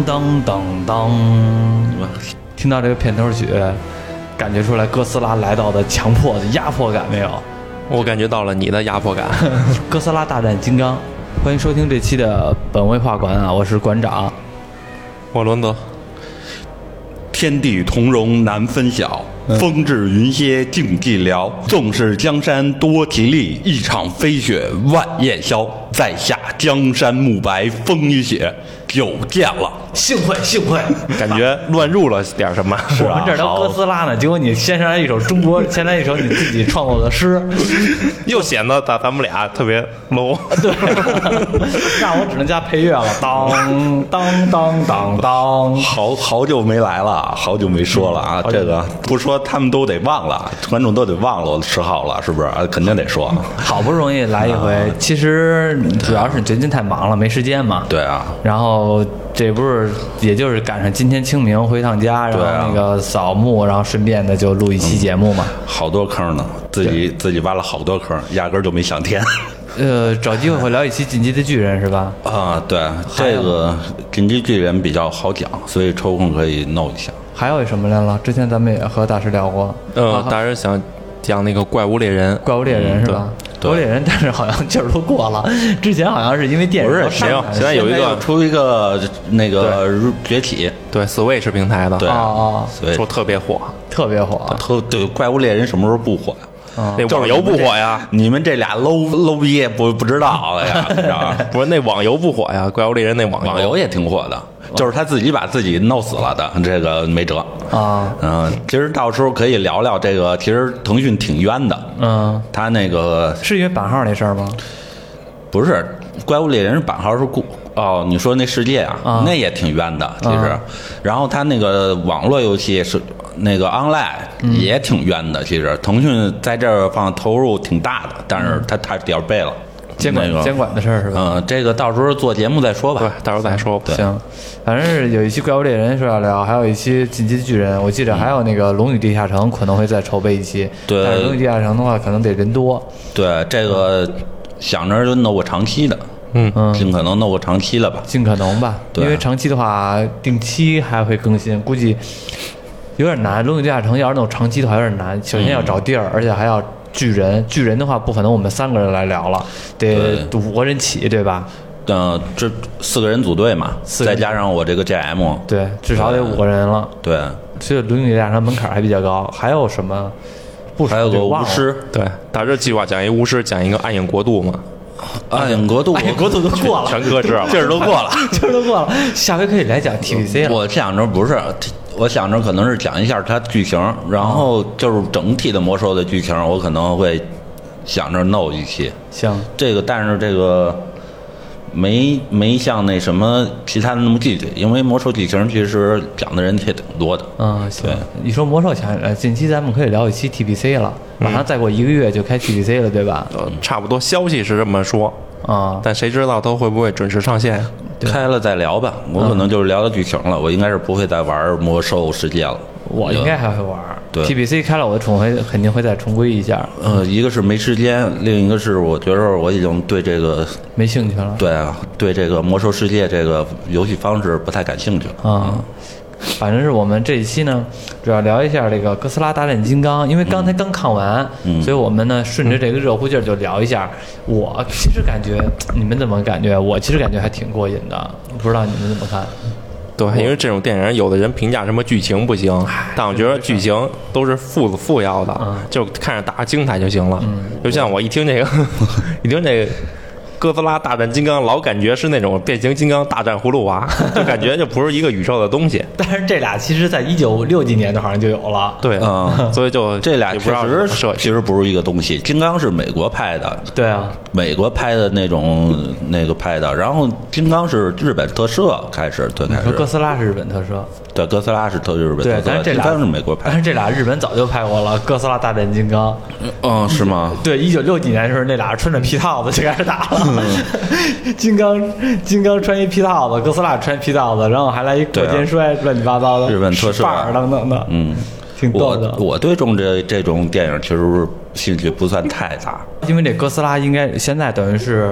当当当，听到这个片头曲，感觉出来哥斯拉来到的强迫的压迫感没有？ 我感觉到了你的压迫感。 哥斯拉大战金刚，欢迎收听这期的本位画馆啊，我是馆长， 我伦德。 天地同荣难分晓，风至云歇尽寂寥。纵使江山多奇丽，一场飞雪万雁消。在下江山暮白风雨雪，久见了。 幸会幸会， 感觉乱入了点什么。 我们这儿聊哥斯拉呢，结果你先上来一首先来一首你自己创作的诗， 又显得咱们俩特别 low。 对，让我只能加配乐了，当当当当当。 好久没来了，好久没说了啊！这个不说他们都得忘了，观众都得忘了我的嗜好了，是不是？肯定得说。 好不容易来一回，其实主要是最近太忙了，没时间嘛。 对啊。 然后这不是也就是赶上今天清明回趟家，然后那个扫墓，然后顺便的就录一期节目嘛。 好多坑呢，自己挖了好多坑，压根儿就没想填。 找机会会聊一期《进击的巨人》是吧？ 啊，对，这个《进击巨人》比较好讲，所以抽空可以弄一下。 还有什么来了？之前咱们也和大师聊过。 大师想讲那个怪物猎人。 怪物猎人是吧？怪物猎人，但是好像劲儿都过了。之前好像是因为电视不是谁有，现在有一个出一个那个崛起， 对 Switch 平台的， 对说特别火， 特别火。 对，怪物猎人什么时候不火呀？ 那网游不火呀？ 你们这俩 low 逼不知道了呀？ 不是那网游不火呀？怪物猎人那网游也挺火的，就是他自己把自己弄死了的，这个没辙啊。 其实到时候可以聊聊这个，其实腾讯挺冤的。他那个是因为版号那事儿吗？ 不是，怪物猎人版号是你说那世界啊，那也挺冤的，其实。然后他那个网络游戏是那个 online 也挺冤的，其实腾讯在这儿投入挺大的，但是他点儿背了。 监管的事儿是吧？ 这个到时候做节目再说吧。 对，到时候再说。 行，反正是有一期怪物猎人说要聊，还有一期进击的巨人，我记得还有那个龙与地下城可能会再筹备一期。 对， 但是龙与地下城的话，可能得人多。 对，这个想着就弄个长期的。尽可能弄个长期了吧？ 尽可能吧，因为长期的话，定期还会更新，估计有点难。龙与地下城要是弄长期的话有点难，首先要找地儿，而且还要巨人。巨人的话不可能我们3个人来聊了，得5个人起，对吧？ 这4个人组队嘛，再加上我这个 GM， 对，至少得5个人了。 对， 所以龙与地下城门槛还比较高。还有什么？ 还有个巫师。 对，大致计划讲一巫师，讲一个暗影国度嘛。 暗影国度都过了， 全搁置了， 劲儿都过了， 劲儿都过了。下回可以来讲 TVC 了。 我想着不是，我想着可能是讲一下它剧情，然后就是整体的魔兽的剧情，我可能会想着弄一期。 行， 但是这个没像那什么其他的那么具体，因为魔兽剧情其实讲的人也挺多的。 行。你说魔兽近期咱们可以聊一期 TBC 了，马上再过1个月就开 TBC 了，对吧？ 差不多消息是这么说但谁知道它会不会准时上线？ 开了再聊吧，我可能就是聊到剧情了，我应该是不会再玩魔兽世界了。 我应该还会玩。 对 TBC 开了，我肯定会再重归一下。 一个是没时间，另一个是我觉得我已经对这个没兴趣了。 对啊，对这个魔兽世界这个游戏方式不太感兴趣反正是我们这一期呢，主要聊一下这个哥斯拉大战金刚，因为刚才刚看完，所以我们呢顺着这个热乎劲儿就聊一下。我其实感觉，你们怎么感觉？我其实感觉还挺过瘾的，不知道你们怎么看？ 对，因为这种电影，有的人评价什么剧情不行，但我觉得剧情都是副要的，就看着打精彩就行了。就像我一听这个，哥斯拉大战金刚，老感觉是那种变形金刚大战葫芦娃，就感觉就不是一个宇宙的东西。 但是这俩其实在1960几年的好像就有了。 对，所以就这俩确实其实不是一个东西。金刚是美国拍的， 对啊， 美国拍的那个拍的，然后金刚是日本特摄开始，最开始。 哥斯拉是日本特摄。 对，哥斯拉是日本特摄， 但是这俩是美国拍的。 但是这俩日本早就拍过了，哥斯拉大战金刚。 是吗？ 对，1960几年的时候，那俩穿着皮套子就开始打了。金刚穿一皮套子，哥斯拉穿皮套子，然后还来一过肩摔，乱七八糟的。 日本特摄板等等的，挺逗的。 我对这种电影其实兴趣不算太大， 因为这哥斯拉应该现在等于是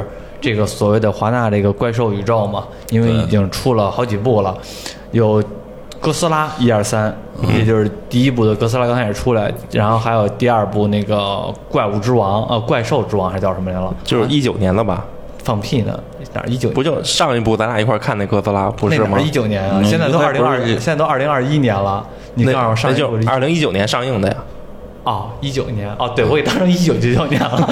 这个所谓的华纳这个怪兽宇宙嘛，因为已经出了好几部了，有哥斯拉1、2、3，也就是第一部的哥斯拉刚开始出来，然后还有第二部那个怪物之王怪兽之王还叫什么来了？ 就是19年了吧？ 放屁呢！哪儿19年？ 不就上一部咱俩一块看那哥斯拉不是吗 ？19年啊，现在都现在都2021年了。你告诉我上一部 2019年上映的呀？ 哦，19年哦，对，我给当成1999年了。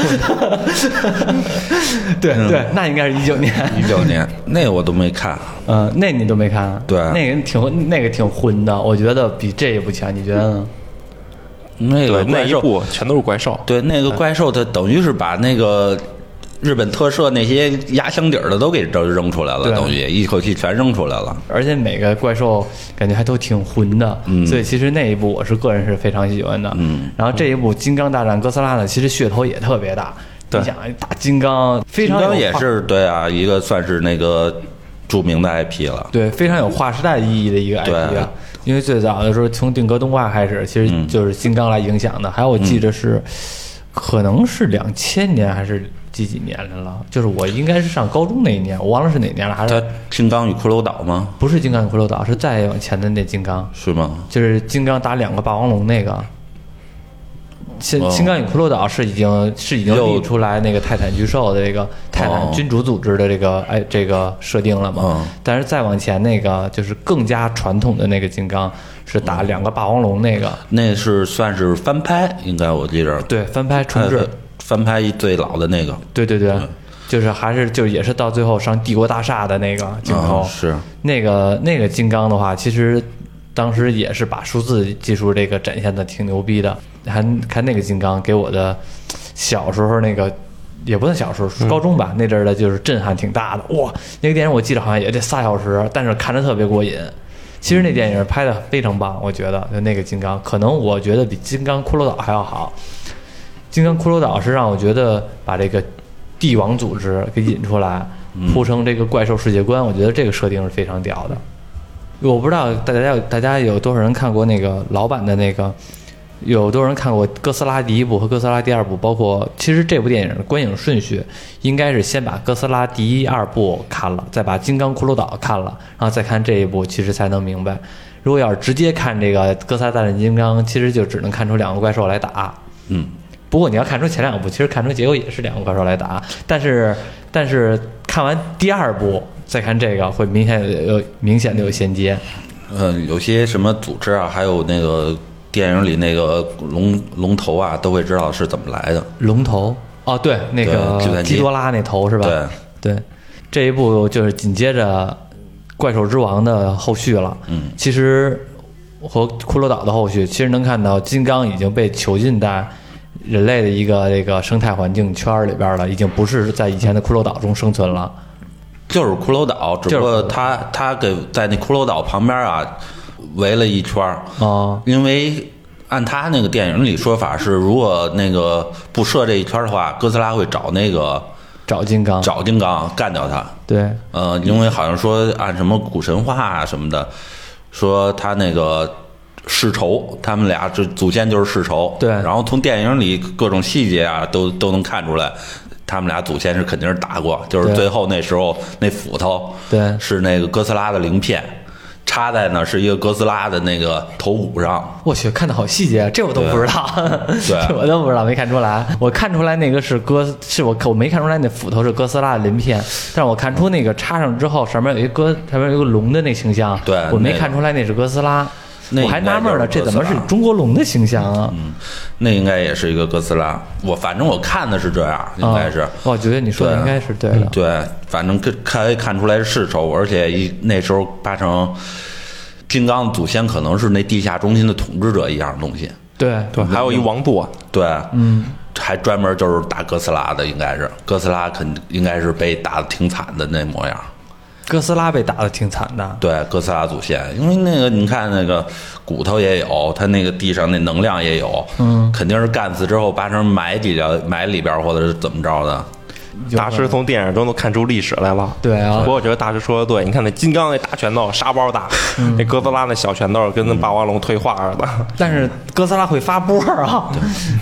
对对，那应该是19年。 19年，那我都没看。 那你都没看？ 对， 那个挺混的，我觉得比这一部强，你觉得呢？ 那一部全都是怪兽。 对，那个怪兽它等于是把那个日本特摄那些压箱底儿的都给扔出来了，等于一口气全扔出来了。 而且每个怪兽感觉还都挺混的，所以其实那一部我是个人是非常喜欢的。然后这一部《金刚大战哥斯拉》呢，其实噱头也特别大。你想，大金刚非常有金刚也是对啊，一个算是那个著名的 IP 了。 对，非常有划时代意义的一个 IP 啊。因为最早的时候从定格动画开始，其实就是金刚来影响的。还有我记得是，可能是2000年还是几年来了，就是我应该是上高中那一年，我忘了是哪年了。还是金刚与骷髅岛吗？ 不是金刚与骷髅岛，是再往前的那金刚。 是吗？ 就是金刚打2个霸王龙那个。金刚与骷髅岛是已经立出来那个泰坦巨兽的这个泰坦君主组织的这个设定了嘛？但是再往前那个就是更加传统的那个金刚是打2个霸王龙那个。 那是算是翻拍，应该我记着。 对，翻拍重制。 翻拍最老的那个， 对，就是还是就也是到最后上帝国大厦的那个镜头， 是那个金刚的话，其实当时也是把数字技术这个展现的挺牛逼的。看那个金刚给我的小时候那个也不算小时候，高中吧那阵儿的就是震撼挺大的。哇，那个电影我记得好像也得3小时，但是看着特别过瘾。其实那电影拍的非常棒，我觉得就那个金刚，可能我觉得比金刚骷髅岛还要好。金刚骷髅岛是让我觉得把这个帝王组织给引出来，铺成这个怪兽世界观，我觉得这个设定是非常屌的。我不知道大家有多少人看过那个老版的那个，有多少人看过哥斯拉第1部和哥斯拉第2部，包括其实这部电影的观影顺序应该是先把哥斯拉第1、2部看了，再把金刚骷髅岛看了，然后再看这一部，其实才能明白。如果要是直接看这个哥斯拉大战金刚，其实就只能看出2个怪兽来打。不过你要看出前2部，其实看出结果也是2个怪兽来打，但是看完第2部再看这个，会明显的有衔接。 有些什么组织啊，还有那个电影里那个龙头啊，都会知道是怎么来的。 龙头哦，对，那个基多拉那头是吧？对，这一部就是紧接着怪兽之王的后续了。其实和骷髅岛的后续，其实能看到金刚已经被囚禁在人类的一个这个生态环境圈里边了，已经不是在以前的骷髅岛中生存了。 就是骷髅岛，只不过他给在那骷髅岛旁边啊围了一圈因为按他那个电影里说法是，如果那个不设这一圈的话，哥斯拉会找金刚干掉他。 对， 因为好像说按什么古神话啊什么的，说他那个世仇，他们俩这祖先就是世仇。 对， 然后从电影里各种细节啊都能看出来，他们俩祖先是肯定是打过，就是最后那时候那斧头对是那个哥斯拉的鳞片。插在呢是一个哥斯拉的那个头骨上。 我去，看的好细节啊，这我都不知道。 对， 这我都不知道，没看出来。我看出来那个我没看出来那斧头是哥斯拉的鳞片，但是我看出那个插上之后上面有一个龙的那形象。 对， 我没看出来那是哥斯拉。我还纳闷呢，这怎么是中国龙的形象啊？ 那应该也是一个哥斯拉。反正我看的是这样，应该是。 我觉得你说的应该是对的。 对，反正看出来是世仇，而且那时候八成金刚的祖先可能是那地下中心的统治者一样东西。 对， 还有一王舵。 对，还专门就是打哥斯拉的，应该是哥斯拉应该是被打得挺惨的那模样。 哥斯拉被打得挺惨的。 对，哥斯拉祖先，因为那个你看那个骨头也有，他那个地上那能量也有，肯定是干死之后八成埋里边或者是怎么着的。 大师从电影中都看出历史来了。 对啊， 不过我觉得大师说的对，你看那金刚那大拳头沙包大，那哥斯拉那小拳头跟那霸王龙退化似的。 但是哥斯拉会发波啊。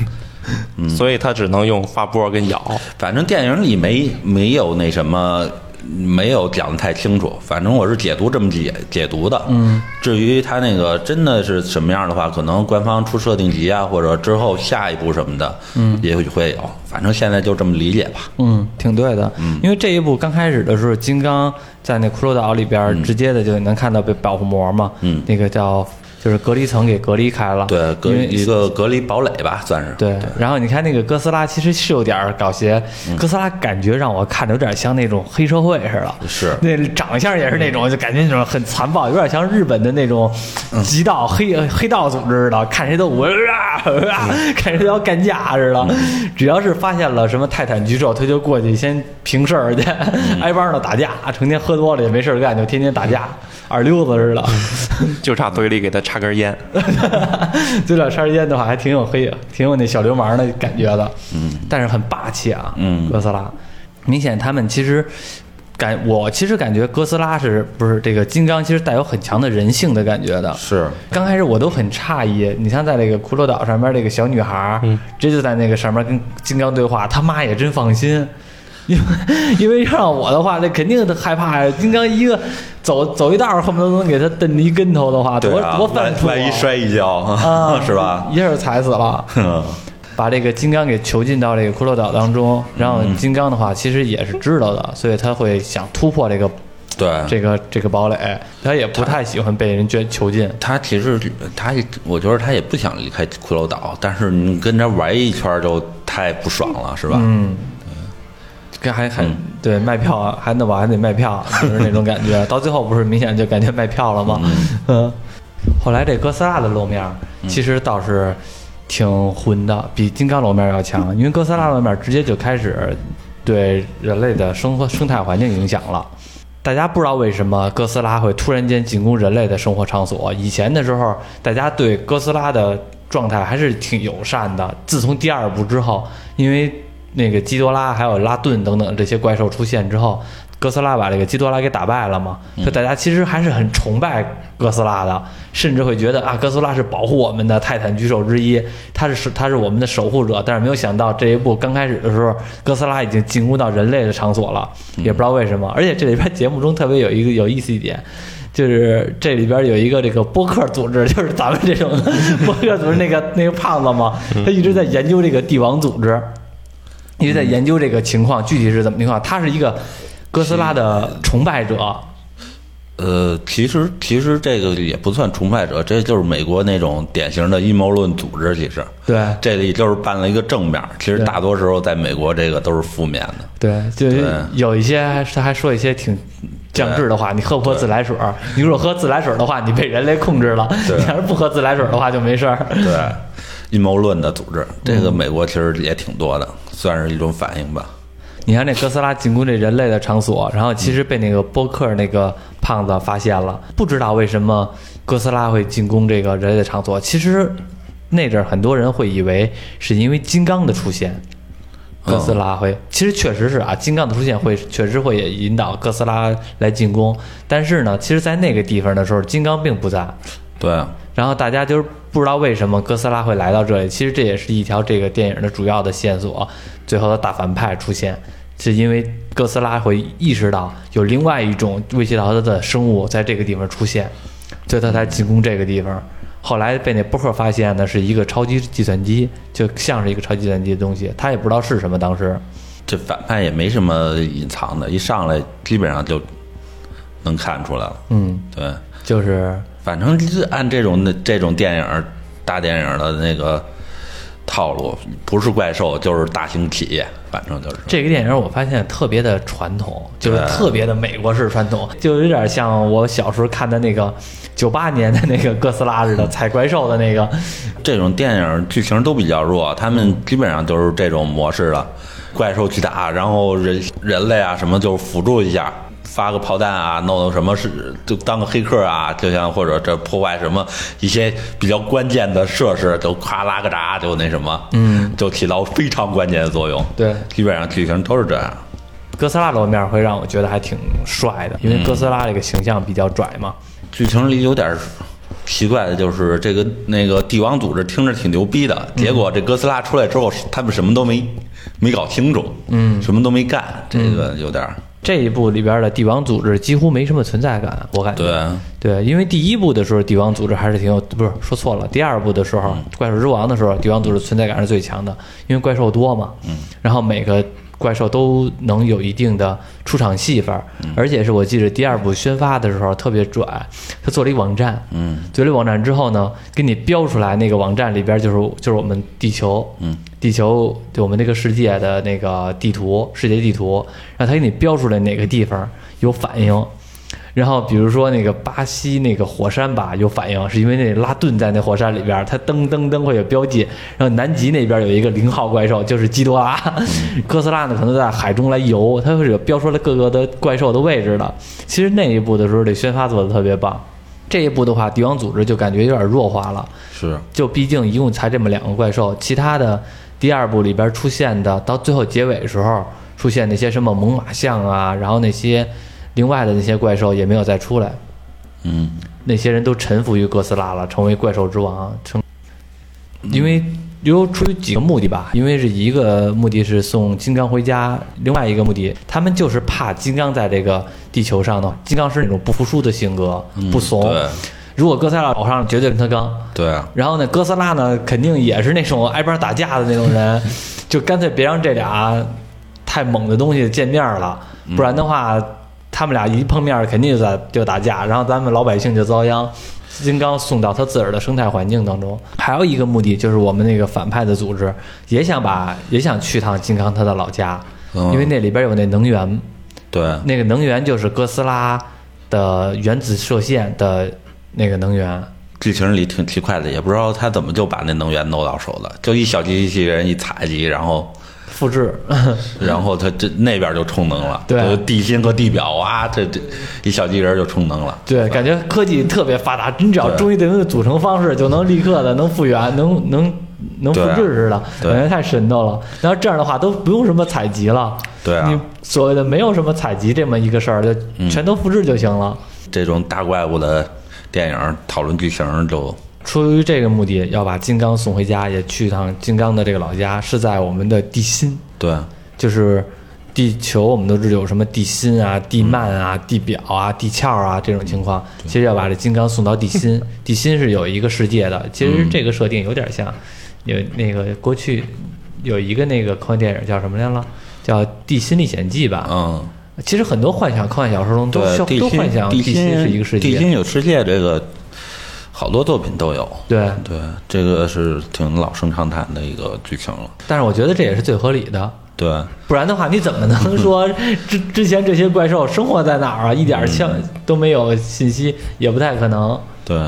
所以他只能用发波跟咬。 反正电影里没有那什么。没有讲得太清楚，反正我是解读这么解读的。至于他那个真的是什么样的话，可能官方出设定集啊，或者之后下一步什么的，也会有。反正现在就这么理解吧。 挺对的。因为这一部刚开始的时候，金刚在那骷髅岛里边直接的就能看到被保护膜嘛，那个叫。就是隔离层给隔离开了， 对，一个隔离堡垒吧，算是。 对，然后你看那个哥斯拉，其实是有点搞邪。哥斯拉感觉让我看着有点像那种黑社会似的， 是那长相也是那种，就感觉那种很残暴，有点像日本的那种极道黑道组织似的，看谁都看谁都要干架似的。只要是发现了什么泰坦巨兽，他就过去先平事儿去，挨帮的打架，成天喝多了也没事干，就天天打架。二溜子似的， 就差嘴里给他插根烟。 嘴里插根烟的话，还挺有那小流氓的感觉的。但是很霸气啊。哥斯拉，明显他们其实我其实感觉哥斯拉是不是这个金刚，其实带有很强的人性的感觉的。 是，刚开始我都很诧异，你像在这个骷髅岛上面这个小女孩，直接就在那个上面跟金刚对话，他妈也真放心。因为让我的话，这肯定害怕呀。金刚一个走一道，恨不得能给他蹬一跟头的话，多犯怵， 万一摔一跤啊，是吧？ 一下踩死了。把这个金刚给囚禁到这个骷髅岛当中，然后金刚的话其实也是知道的，所以他会想突破这个。 对这个堡垒，他也不太喜欢被人囚禁。 他其实我觉得他也不想离开骷髅岛，但是你跟着玩一圈就太不爽了，是吧？ 还对卖票啊，还得卖票，就是那种感觉。到最后不是明显就感觉卖票了吗？后来这哥斯拉的露面其实倒是挺混的，比金刚露面要强，因为哥斯拉露面直接就开始对人类的生态环境影响了。大家不知道为什么哥斯拉会突然间进攻人类的生活场所。以前的时候，大家对哥斯拉的状态还是挺友善的。自从第二部之后，因为那个基多拉还有拉顿等等这些怪兽出现之后，哥斯拉把这个基多拉给打败了嘛，所以大家其实还是很崇拜哥斯拉的，甚至会觉得啊，哥斯拉是保护我们的泰坦巨兽之一，他是我们的守护者。但是没有想到这一部刚开始的时候，哥斯拉已经进攻到人类的场所了，也不知道为什么。而且这里边节目中特别有一个有意思一点，就是这里边有一个这个播客组织，就是咱们这种播客组织那个胖子嘛，他一直在研究这个帝王组织，一直在研究这个情况具体是怎么情况。他是一个哥斯拉的崇拜者。 其实这个也不算崇拜者，这就是美国那种典型的阴谋论组织。其实对， 这里就是办了一个正面，其实大多时候在美国这个都是负面的。 对，就有一些他还说一些挺降智的话，你喝不喝自来水？你如果喝自来水的话，你被人类控制了；你要是不喝自来水的话，就没事儿。 对，阴谋论的组织，这个美国其实也挺多的，算是一种反应吧。 你看那哥斯拉进攻这人类的场所，然后其实被那个波克那个胖子发现了，不知道为什么哥斯拉会进攻这个人类的场所。其实那阵很多人会以为是因为金刚的出现，哥斯拉会，其实确实是啊，金刚的出现确实会引导哥斯拉来进攻。但是呢，其实在那个地方的时候，金刚并不在。 对。 然后大家就是不知道为什么哥斯拉会来到这里，其实这也是一条这个电影的主要的线索。最后的大反派出现，是因为哥斯拉会意识到有另外一种威胁到他的生物在这个地方出现，所以他才进攻这个地方。后来被那波克发现呢，是一个超级计算机，就像是一个超级计算机的东西，他也不知道是什么。当时这反派也没什么隐藏的，一上来基本上就能看出来了。对， 就是反正就是按这种电影大电影的那个套路，不是怪兽就是大型企业，反正就是这个电影我发现特别的传统，就是特别的美国式传统，就有点像我小时候看的那个98年的那个哥斯拉似的踩怪兽的那个。 这种电影剧情都比较弱，他们基本上都是这种模式的，怪兽去打，然后人类啊什么就辅助一下，发个炮弹啊，弄什么是就当个黑客啊，就像或者这破坏什么一些比较关键的设施，就咔拉个闸就那什么，就起到非常关键的作用。 对， 基本上剧情都是这样。 哥斯拉露面会让我觉得还挺帅的，因为哥斯拉这个形象比较拽嘛。 剧情里有点奇怪的就是那个帝王组织听着挺牛逼的，结果这哥斯拉出来之后，他们什么都没搞清楚，什么都没干，这个有点。 这一部里边的帝王组织几乎没什么存在感，我感觉。对，因为第一部的时候帝王组织还是挺有，不是说错了，第二部的时候怪兽之王的时候，帝王组织存在感是最强的，因为怪兽多嘛，然后每个怪兽都能有一定的出场戏份，而且是我记得第二部宣发的时候特别拽，他做了一个网站，做了一个网站之后呢，给你标出来那个网站里边就是我们地球，地球就我们这个世界的那个地图，世界地图，让他给你标出来哪个地方有反应。然后比如说那个巴西那个火山吧有反应，是因为那拉顿在那火山里边，它噔会有标记。然后南极那边有一个0号怪兽，就是基多拉。哥斯拉呢可能在海中来游，它会有标出来各个的怪兽的位置的。其实那一部的时候这宣发做的特别棒。这一部的话，帝王组织就感觉有点弱化了， 是， 就毕竟一共才这么2个怪兽，其他的第二部里边出现的，到最后结尾的时候出现那些什么猛犸象啊，然后那些另外的那些怪兽也没有再出来，那些人都臣服于哥斯拉了，成为怪兽之王，因为出于几个目的吧，因为是一个目的是送金刚回家，另外一个目的他们就是怕金刚在这个地球上呢，金刚是那种不服输的性格，不怂。 对， 如果哥斯拉找上，绝对跟他刚。 对啊。 然后呢，哥斯拉呢，肯定也是那种挨边打架的那种人，就干脆别让这俩太猛的东西见面了，不然的话，他们俩一碰面肯定就打架，然后咱们老百姓就遭殃。金刚送到他自个儿的生态环境当中。还有一个目的就是我们那个反派的组织也想去趟金刚他的老家，因为那里边有那能源。 对， 那个能源就是哥斯拉的原子射线的那个能源。 剧情里挺奇怪的，也不知道他怎么就把那能源弄到手了，就一小机器人一采集，然后复制， 然后他那边就充能了。 对， 地心和地表啊，这一小机器人就充能了。 对，感觉科技特别发达，你只要注意对那个组成方式，就能立刻的能复原，能复制似的，感觉太神叨了。然后这样的话都不用什么采集了。 对啊， 你所谓的没有什么采集这么一个事儿，就全都复制就行了。 这种大怪物的电影讨论剧情就。 出于这个目的，要把金刚送回家，也去一趟金刚的这个老家，是在我们的地心。 对， 就是地球，我们都知道有什么地心啊、地幔啊、地表啊、地壳啊这种情况。其实要把这金刚送到地心，地心是有一个世界的。其实这个设定有点像，有那个过去有一个那个科幻电影叫什么来了？叫《地心历险记》吧。其实很多科幻小说中都幻想地心是一个世界， 地心有世界这个。好多作品都有， 对， 这个是挺老生常谈的一个剧情了。 但是我觉得这也是最合理的， 对， 不然的话你怎么能说之前这些怪兽生活在哪儿啊？一点都没有信息，也不太可能。 对，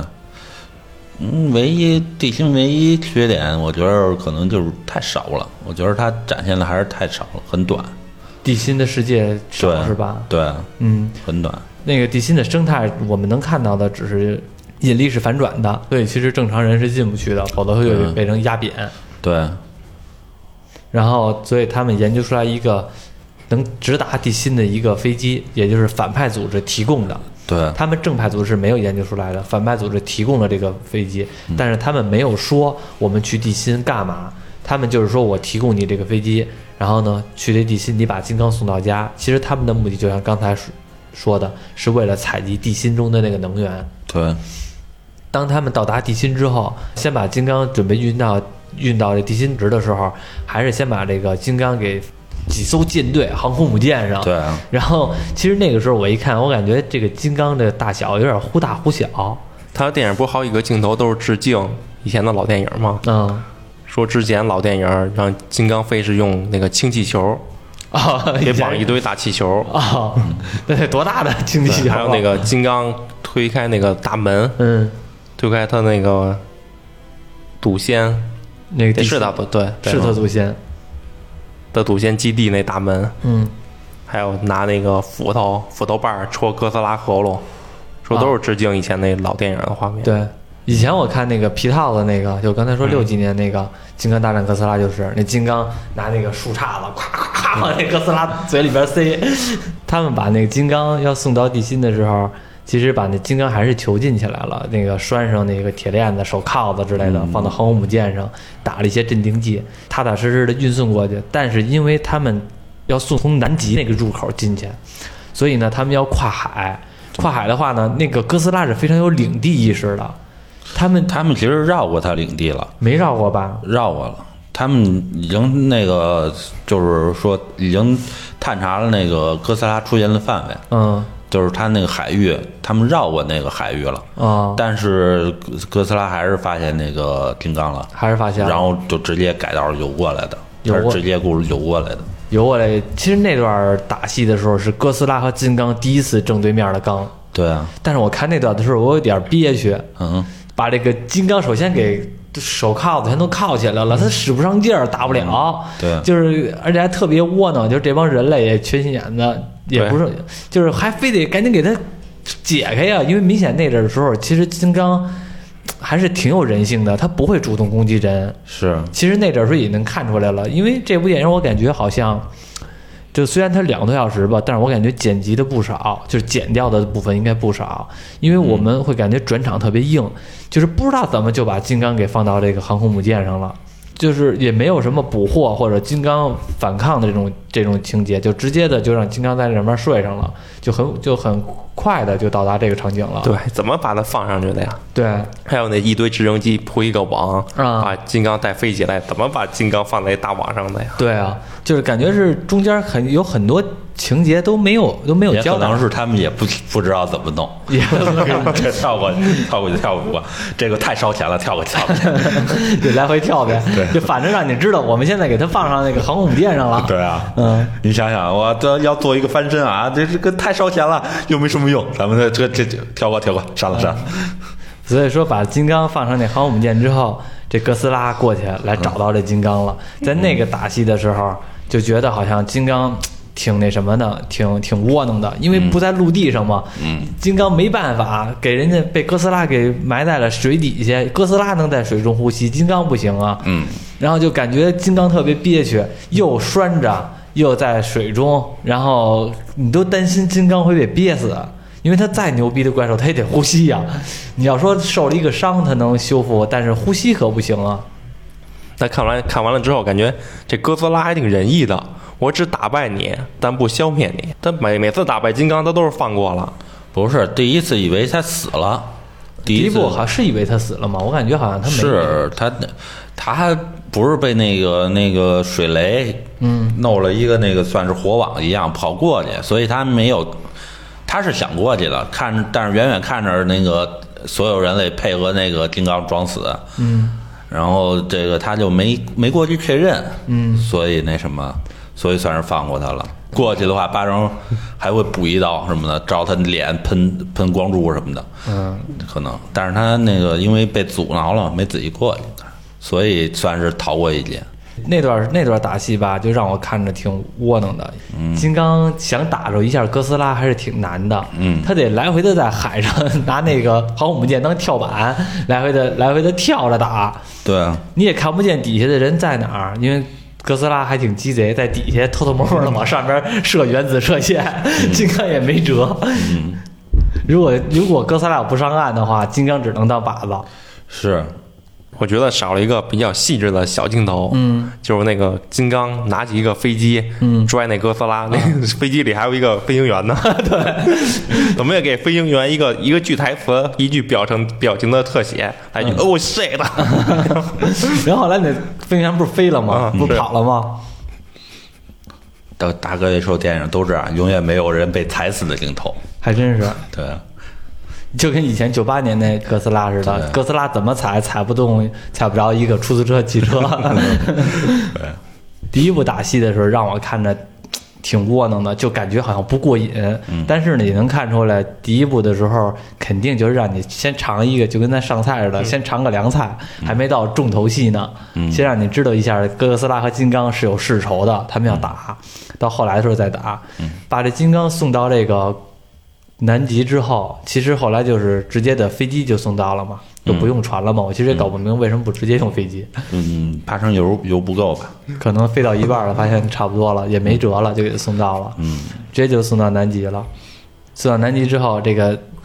地心唯一缺点，我觉得可能就是太少了。我觉得它展现的还是太少了，很短。 地心的世界少是吧？ 对，很短。 那个地心的生态，我们能看到的只是。引力是反转的，所以其实正常人是进不去的，否则会被人压扁。 对。 然后，所以他们研究出来一个能直达地心的一个飞机，也就是反派组织提供的。 对。 他们正派组织是没有研究出来的，反派组织提供了这个飞机，但是他们没有说我们去地心干嘛，他们就是说我提供你这个飞机，然后呢去这地心，你把金刚送到家。其实他们的目的就像刚才说的，是为了采集地心中的那个能源。 对。 当他们到达地心之后，先把金刚准备运到这地心值的时候，还是先把这个金刚给几艘舰队、航空母舰上。 对。 然后，其实那个时候我一看，我感觉这个金刚的大小有点忽大忽小。 他的电影不是好几个镜头都是致敬以前的老电影吗？说之前老电影让金刚飞是用那个氢气球。给绑一堆大气球那得多大的氢气球？ 还有那个金刚推开那个大门，推开他那个祖先， 那个是他不对， 是他祖先的祖先基地那大门，还有拿那个斧头把戳哥斯拉喉咙，说都是致敬以前那老电影的画面。 对，以前我看那个皮套的那个，就刚才说60几年那个《金刚大战哥斯拉》，就是那金刚拿那个树杈子，咵咵咵往那哥斯拉嘴里边塞。他们把那个金刚要送到地心的时候， 其实把那金刚还是囚禁起来了，那个拴上那个铁链子、手铐子之类的，放到航空母舰上，打了一些镇定剂，踏踏实实的运送过去。但是因为他们要从南极那个入口进去，所以呢，他们要跨海。跨海的话呢，那个哥斯拉是非常有领地意识的。他们其实绕过他领地了， 没绕过吧？ 绕过了。他们已经那个，就是说已经探查了那个哥斯拉出现的范围。就是他那个海域，他们绕过那个海域了。但是哥斯拉还是发现那个金刚了， 还是发现了， 然后就直接改道游过来的，他是直接游过来的。游过来， 其实那段打戏的时候是哥斯拉和金刚第一次正对面的刚。 对啊。 但是我看那段的时候，我有点憋屈。把这个金刚首先给手铐子全都铐起来了，他使不上劲儿，打不了。 对， 就是而且还特别窝囊，就是这帮人类也缺心眼子，也不是，就是还非得赶紧给他解开呀，因为明显那阵的时候，其实金刚还是挺有人性的，他不会主动攻击人。 是， 其实那阵时候也能看出来了，因为这部电影我感觉好像。就虽然它2个多小时吧，但是我感觉剪辑的不少，就是剪掉的部分应该不少，因为我们会感觉转场特别硬，就是不知道怎么就把金刚给放到这个航空母舰上了，就是也没有什么捕获或者金刚反抗的这种情节，就直接的就让金刚在这边睡上了，就很快的就到达这个场景了。 对，怎么把它放上去的呀？ 对， 还有那一堆直升机铺一个网，把金刚带飞起来，怎么把金刚放在大网上的呀？ 对啊，就是感觉是中间有很多情节都没有交代， 可能是他们也不知道怎么弄，这跳过就跳不过，这个太烧钱了，跳过跳过， 就来回跳呗。 对， 就反正让你知道，我们现在给他放上那个航空母舰上了。 对啊，你想想，我这要做一个翻身啊，这个太烧钱了，又没什么用，咱们这跳过，删了。 所以说，把金刚放上那航空母舰之后，这哥斯拉过去来找到这金刚了。在那个打戏的时候，就觉得好像金刚挺那什么的，挺窝囊的，因为不在陆地上嘛。金刚没办法，给人家被哥斯拉给埋在了水底下，哥斯拉能在水中呼吸，金刚不行啊。然后就感觉金刚特别憋屈，又拴着，又在水中，然后你都担心金刚会被憋死。因为他再牛逼的怪兽，他也得呼吸呀。你要说受了一个伤，他能修复，但是呼吸可不行啊。 那看完了之后，感觉这哥斯拉还挺仁义的。我只打败你，但不消灭你。他每次打败金刚，他都是放过了。 不是第一次以为他死了，第一部好是以为他死了吗？我感觉好像他没。 是他还不是被那个水雷弄了一个那个算是火网一样跑过去，所以他没有。他是想过去的，但是远远看着那个所有人类配合那个金刚装死，然后这个他就没过去确认，所以那什么，所以算是放过他了。过去的话，巴掌还会补一刀什么的，照他脸喷光珠什么的，可能，但是他那个因为被阻挠了，没自己过去，所以算是逃过一劫。 那段打戏吧，就让我看着挺窝囊的。金刚想打着一下哥斯拉还是挺难的，他得来回的在海上拿那个航空母舰当跳板，来回的跳着打。 对啊， 你也看不见底下的人在哪儿，因为哥斯拉还挺鸡贼，在底下偷偷摸摸的往上边射原子射线，金刚也没辙。如果哥斯拉不上岸的话，金刚只能当靶子。 是。 我觉得少了一个比较细致的小镜头，就是那个金刚拿起一个飞机，拽那哥斯拉，那个飞机里还有一个飞行员呢，对，怎么也给飞行员一个句台词，一句表情的特写，来一句哦shit， 然后后来那飞行员不是飞了吗？不是跑了吗？ 大哥，这时候电影都这样，永远没有人被踩死的镜头， 还真是， 对。 就跟以前98年那哥斯拉似的，哥斯拉怎么踩不动，踩不着一个出租车、汽车。第一部打戏的时候让我看着挺窝囊的，就感觉好像不过瘾。但是呢，也能看出来，第一部的时候肯定就是让你先尝一个，就跟咱上菜似的，先尝个凉菜，还没到重头戏呢。先让你知道一下哥斯拉和金刚是有世仇的，他们要打。到后来的时候再打，把这金刚送到这个南极之后，其实后来就是直接的飞机就送到了嘛，就不用船了嘛。我其实也搞不明为什么不直接用飞机。 怕成油不够吧？ 可能飞到一半了，发现差不多了，也没辙了，就给送到了。直接就送到南极了。送到南极之后，这个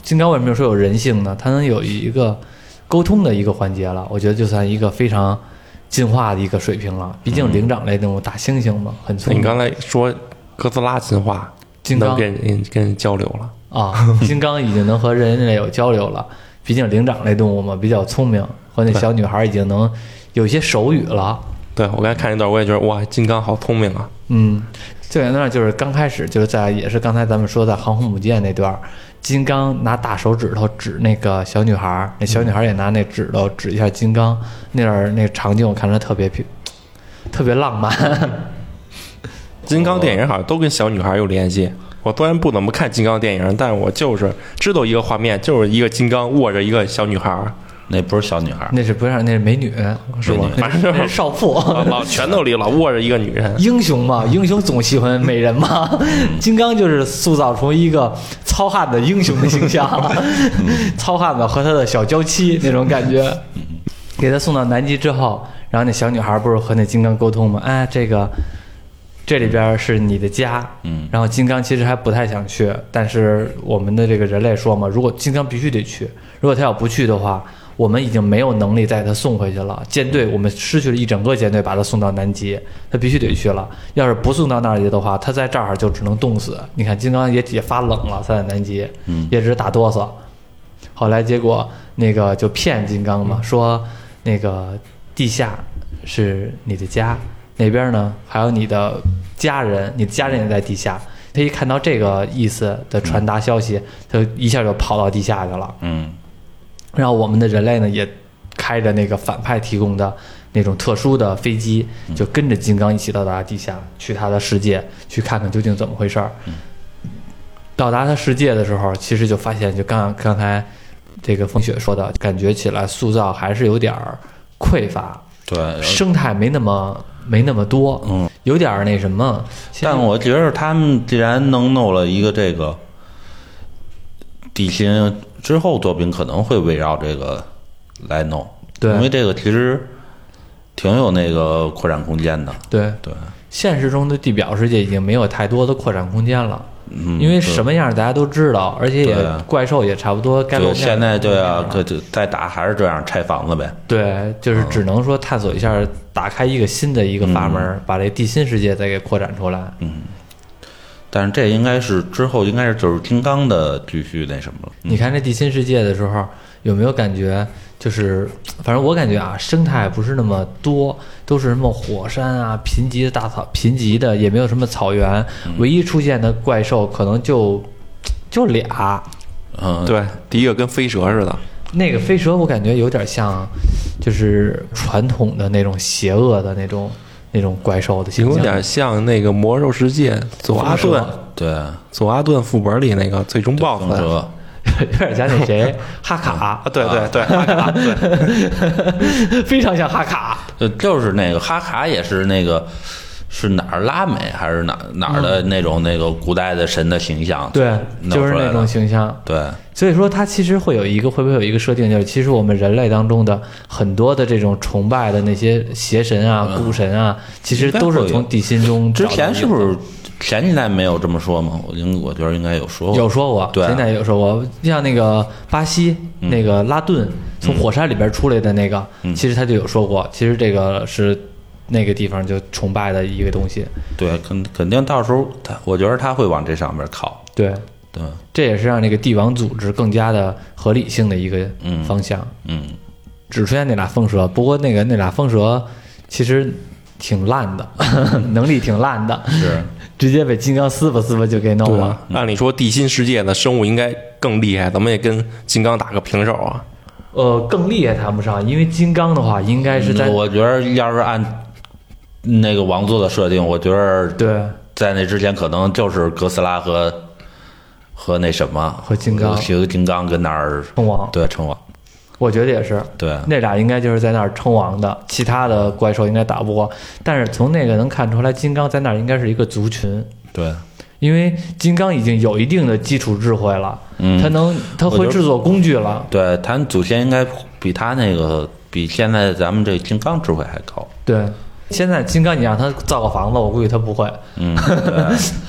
金刚为什么说有人性呢？它能有一个沟通的一个环节了，我觉得就算一个非常进化的一个水平了。毕竟灵长类动物大猩猩嘛，很聪明。 你刚才说哥斯拉进化， 金刚能跟人交流了啊，金刚已经能和人类有交流了。毕竟灵长类动物嘛，比较聪明，和那小女孩已经能有一些手语了。 对，我刚才看一段，我也觉得哇，金刚好聪明啊。 最简单的就是刚开始就是也是刚才咱们说的航空母舰那段，金刚拿大手指头指那个小女孩，那小女孩也拿那指头指一下金刚，那段那个场景我看着特别浪漫。 金刚电影好像都跟小女孩有联系。我虽然不怎么看金刚电影，但我就是知道一个画面，就是一个金刚握着一个小女孩。 那不是小女孩， 那是不是那是美女是吧？ 反正那是少妇， 老拳头里老握着一个女人。 英雄嘛，英雄总喜欢美人嘛。金刚就是塑造出一个糙汉的英雄的形象，糙汉子和他的小娇妻那种感觉。给他送到南极之后，然后那小女孩不是和那金刚沟通吗？哎，这里边是你的家，然后金刚其实还不太想去，但是我们的这个人类说嘛，如果金刚必须得去，如果他要不去的话，我们已经没有能力再他送回去了。舰队我们失去了一整个舰队，把他送到南极，他必须得去了。要是不送到那儿去的话，他在这儿就只能冻死。你看金刚也发冷了，他在南极，也只是打哆嗦。后来结果那个就骗金刚嘛，说那个地下是你的家，那边呢还有你的家人，你的家人也在地下。他一看到这个意思的传达消息，他一下就跑到地下去了。然后我们的人类呢也开着那个反派提供的那种特殊的飞机，就跟着金刚一起到达地下，去他的世界去看看究竟怎么回事儿。到达他世界的时候，其实就发现就刚才这个风雪说的，感觉起来塑造还是有点匮乏， 对， 生态没那么多，有点那什么。 但我觉得他们既然能弄了一个这个地心，之后作品可能会围绕这个来弄， 对， 因为这个其实挺有那个扩展空间的。 对，现实中的地表世界已经没有太多的扩展空间了。因为什么样大家都知道，而且怪兽也差不多该露面。 现在对啊，再打还是这样拆房子呗。 对，就是只能说探索一下，打开一个新的一个阀门，把这地心世界再给扩展出来。 但是这应该是之后应该是就是金刚的继续那什么了。 你看这地心世界的时候，有没有感觉就是反正我感觉啊，生态不是那么多，都是什么火山啊、贫瘠的大草、贫瘠的，也没有什么草原，唯一出现的怪兽可能就俩。 对，第一个跟飞蛇似的。 那个飞蛇我感觉有点像，就是传统的那种邪恶的那种怪兽的形象， 有点像那个魔兽世界佐阿顿， 对， 佐阿顿副本里那个最终 BOSS， 有点像那谁哈卡， 对哈卡，对， 非常像哈卡， 就是那个哈卡也是那个是哪儿拉美还是哪儿的那种那个古代的神的形象， 对，就是那种形象， 对。 所以说，它其实会不会有一个设定，就是其实我们人类当中的很多的这种崇拜的那些邪神啊、孤神啊，其实都是从地心中找的。 之前是不是前几代没有这么说吗？我觉得应该有说过。 有说过， 对， 前几代有说过。像那个巴西那个拉顿从火山里边出来的那个，其实他就有说过，其实这个是那个地方就崇拜的一个东西。 对，肯定到时候我觉得他会往这上面靠。 对。这也是让这个帝王组织更加的合理性的一个方向。只出现那俩风蛇，不过那俩风蛇其实挺烂的，能力挺烂的， 是直接被金刚撕吧就给弄了。 按理说地心世界的生物应该更厉害，怎么也跟金刚打个平手啊？ 更厉害谈不上，因为金刚的话应该是在， 我觉得要是按那个王座的设定，我觉得对， 在那之前可能就是哥斯拉和那什么和金刚跟那儿称王， 对，称王， 我觉得也是， 对， 那俩应该就是在那儿称王的，其他的怪兽应该打不过。但是从那个能看出来，金刚在那儿应该是一个族群， 对， 因为金刚已经有一定的基础智慧了，他会制作工具了， 对，他祖先应该比现在咱们这金刚智慧还高， 对。现在金刚你让他造个房子，我估计他不会。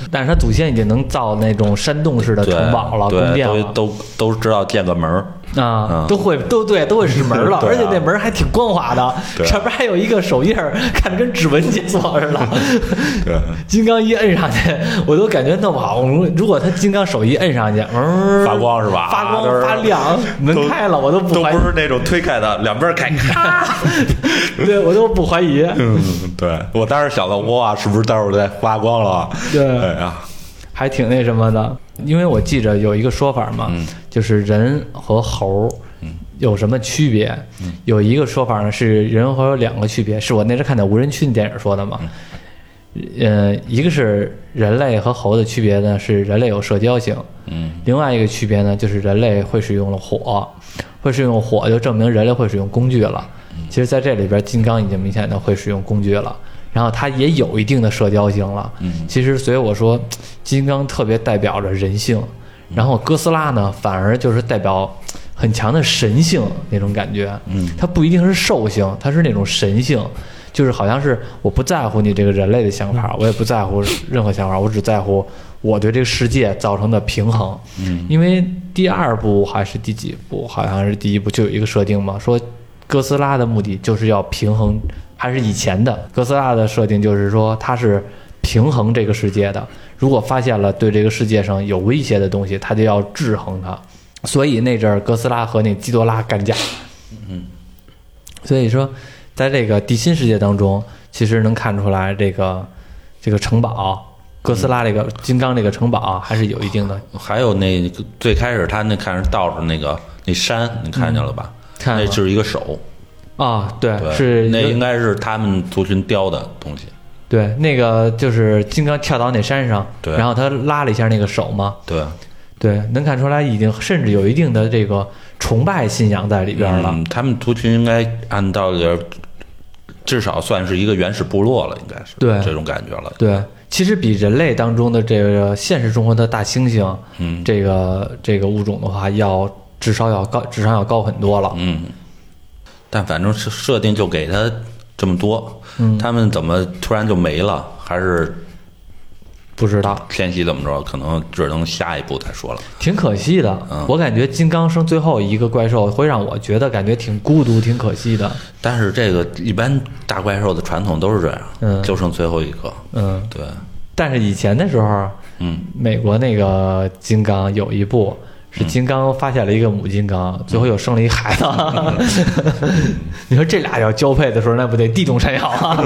但是他祖先已经能造那种山洞式的城堡了，宫殿了， 都知道建个门啊，都会使门了，而且那门还挺光滑的，上边还有一个手印，看着跟指纹解锁似的。 对， 金刚一摁上去，我都感觉那么好。如果他金刚手一摁上去， 发光是吧？ 发光发亮，门开了，我都不怀疑， 都不是那种推开的，两边开，咔， 对我都不怀疑。 对我当时想到，哇，是不是待会儿再发光了？ 对， 哎呀。 还挺那什么的，因为我记着有一个说法嘛，就是人和猴有什么区别？有一个说法呢是人和猴有两个区别，是我那时看的无人区的电影说的嘛。一个是人类和猴的区别呢是人类有社交性，另外一个区别呢就是人类会使用了火，会使用火就证明人类会使用工具了。其实在这里边，金刚已经明显的会使用工具了。然后它也有一定的社交性了，其实所以我说，金刚特别代表着人性，然后哥斯拉呢反而就是代表很强的神性那种感觉，它不一定是兽性，它是那种神性，就是好像是我不在乎你这个人类的想法，我也不在乎任何想法，我只在乎我对这个世界造成的平衡。因为第二部还是第几部，好像是第一部就有一个设定嘛，说哥斯拉的目的就是要平衡。还是以前的哥斯拉的设定，就是说它是平衡这个世界的。如果发现了对这个世界上有威胁的东西，它就要制衡它。所以那阵儿哥斯拉和那基多拉干架。所以说，在这个地心世界当中，其实能看出来这个城堡，哥斯拉这个金刚这个城堡还是有一定的。 还有那最开始他那看着倒着那山，你看见了吧？那就是一个手。 啊，对，是那应该是他们族群雕的东西。 对，那个就是金刚跳到那山上， 对， 然后他拉了一下那个手嘛。 对， 能看出来已经甚至有一定的这个崇拜信仰在里边了。 他们族群应该按道理至少算是一个原始部落了，应该是对这种感觉了。 对，其实比人类当中的这个现实生活的大猩猩，这个物种的话，至少要高很多了。 但反正是设定就给他这么多，他们怎么突然就没了？还是不知道天启怎么着？可能只能下一步再说了。 挺可惜的，我感觉金刚生最后一个怪兽会让我觉得感觉挺孤独、挺可惜的。 但是这个一般大怪兽的传统都是这样，就剩最后一个。对。 但是以前的时候，美国那个金刚有一部。是金刚发现了一个母金刚，最后又生了一孩子。你说这俩要交配的时候，那不得地动山摇啊？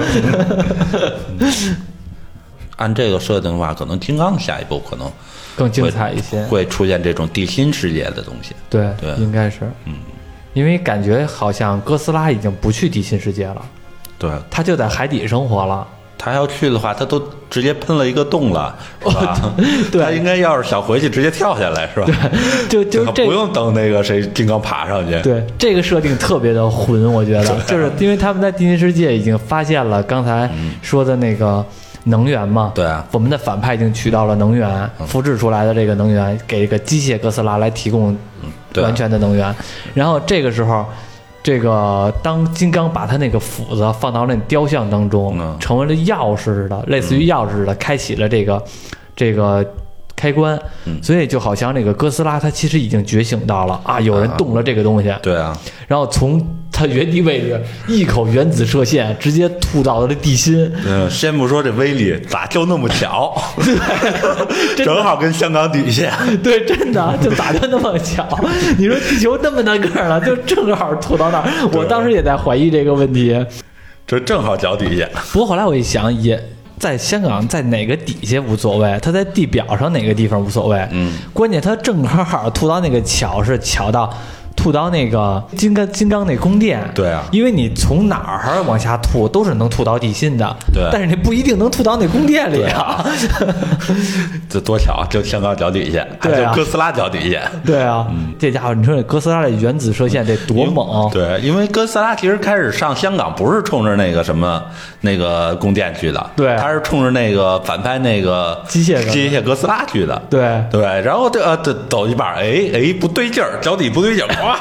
按这个设定的话，可能金刚下一步可能更精彩一些， 会出现这种地心世界的东西。 对，应该是。因为感觉好像哥斯拉已经不去地心世界了， 对， 他就在海底生活了。 他要去的话，他都直接喷了一个洞了，是吧？ 对， 他应该要是想回去，直接跳下来，是吧？ 对，就这不用等那个谁金刚爬上去。 对，这个设定特别的混，我觉得，就是因为他们在地心世界已经发现了刚才说的那个能源嘛。 对啊， 我们的反派已经取到了能源，复制出来的这个能源给这个机械哥斯拉来提供完全的能源，然后这个时候。这个当金刚把他那个斧子放到那雕像当中，成为了钥匙似的，类似于钥匙似的，开启了这个开关，所以就好像那个哥斯拉他其实已经觉醒到了啊，有人动了这个东西， 对啊，然后从他原地位置一口原子射线直接吐到了这地心。 先不说这威力，咋就那么巧？正好跟香港底下。 对，真的就咋就那么巧？你说地球那么大个了，就正好吐到那儿。我当时也在怀疑这个问题。 这正好脚底下。 不过后来我一想，也在香港，在哪个底下无所谓，他在地表上哪个地方无所谓。关键他正好吐到那个巧是巧到。吐到那个金刚那宫殿， 对啊， 因为你从哪儿往下吐都是能吐到地心的， 对， 但是你不一定能吐到那宫殿里啊。 这多巧，就香港脚底下， 对啊， 就哥斯拉脚底下， 对啊，这家伙，你说这哥斯拉的原子射线得多猛？ 对，因为哥斯拉其实开始上香港不是冲着那个什么那个宫殿去的， 对， 他是冲着那个反派那个机械哥斯拉去的， 对对，然后这走一半，哎不对劲儿，脚底不对劲儿。哇！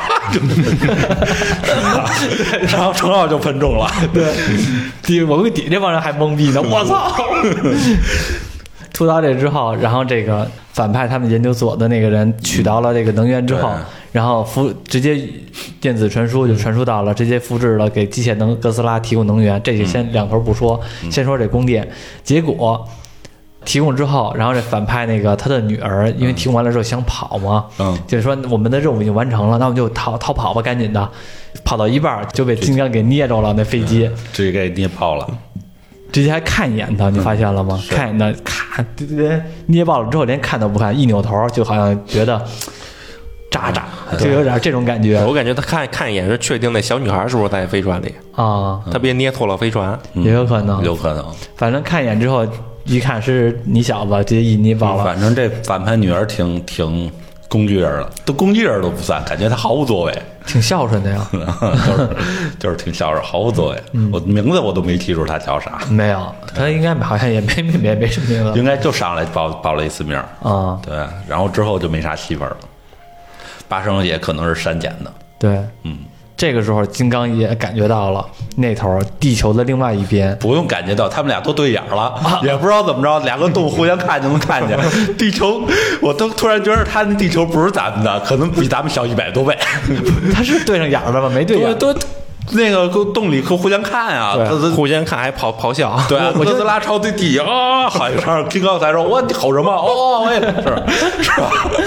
然后正好就喷中了。 对，我跟底这帮人还懵逼呢。我操！ 吐到这之后，然后这个反派他们研究所的那个人取到了这个能源之后，然后直接电子传输就传输到了，直接复制了给机械哥斯拉提供能源。这些先两头不说，先说这供电。结果提供之后，然后这反派那个他的女儿，因为提供完了之后想跑嘛，就是说我们的任务已经完成了，那我们就逃跑吧，赶紧的。跑到一半就被金刚给捏着了，那飞机直接给捏爆了。 直接还看一眼他，你发现了吗？看一眼他，咔，捏爆了之后连看都不看，一扭头就好像觉得渣，就有点这种感觉。 我感觉他看一眼是确定那小女孩是不是在飞船里啊？ 他别捏错了飞船， 也有可能， 有可能。 反正看一眼之后，一看是你小子，直接一捏爆了。 反正这反派女儿挺工具人了，都工具人都不算，感觉他毫无作为。 挺孝顺的呀， 就是挺孝顺，毫无作为。我名字我都没记住他叫啥。 没有，他应该好像也没什么名字， 应该就上来报了一次名啊。对，然后之后就没啥戏份了。八生也可能是删减的。 对，这个时候金刚也感觉到了那头地球的另外一边， 不用感觉到，他们俩都对眼了，也不知道怎么着，两个动物互相看就能看见地球。我都突然觉得他的地球不是咱们的，可能比咱们小100多倍。 他是对上眼了吗？没对眼。 都那个洞里可互相看啊， 互相看还咆哮。 对，哥斯拉朝对地啊，好一声，金刚才说：“我吼什么？哦，我也是吧？”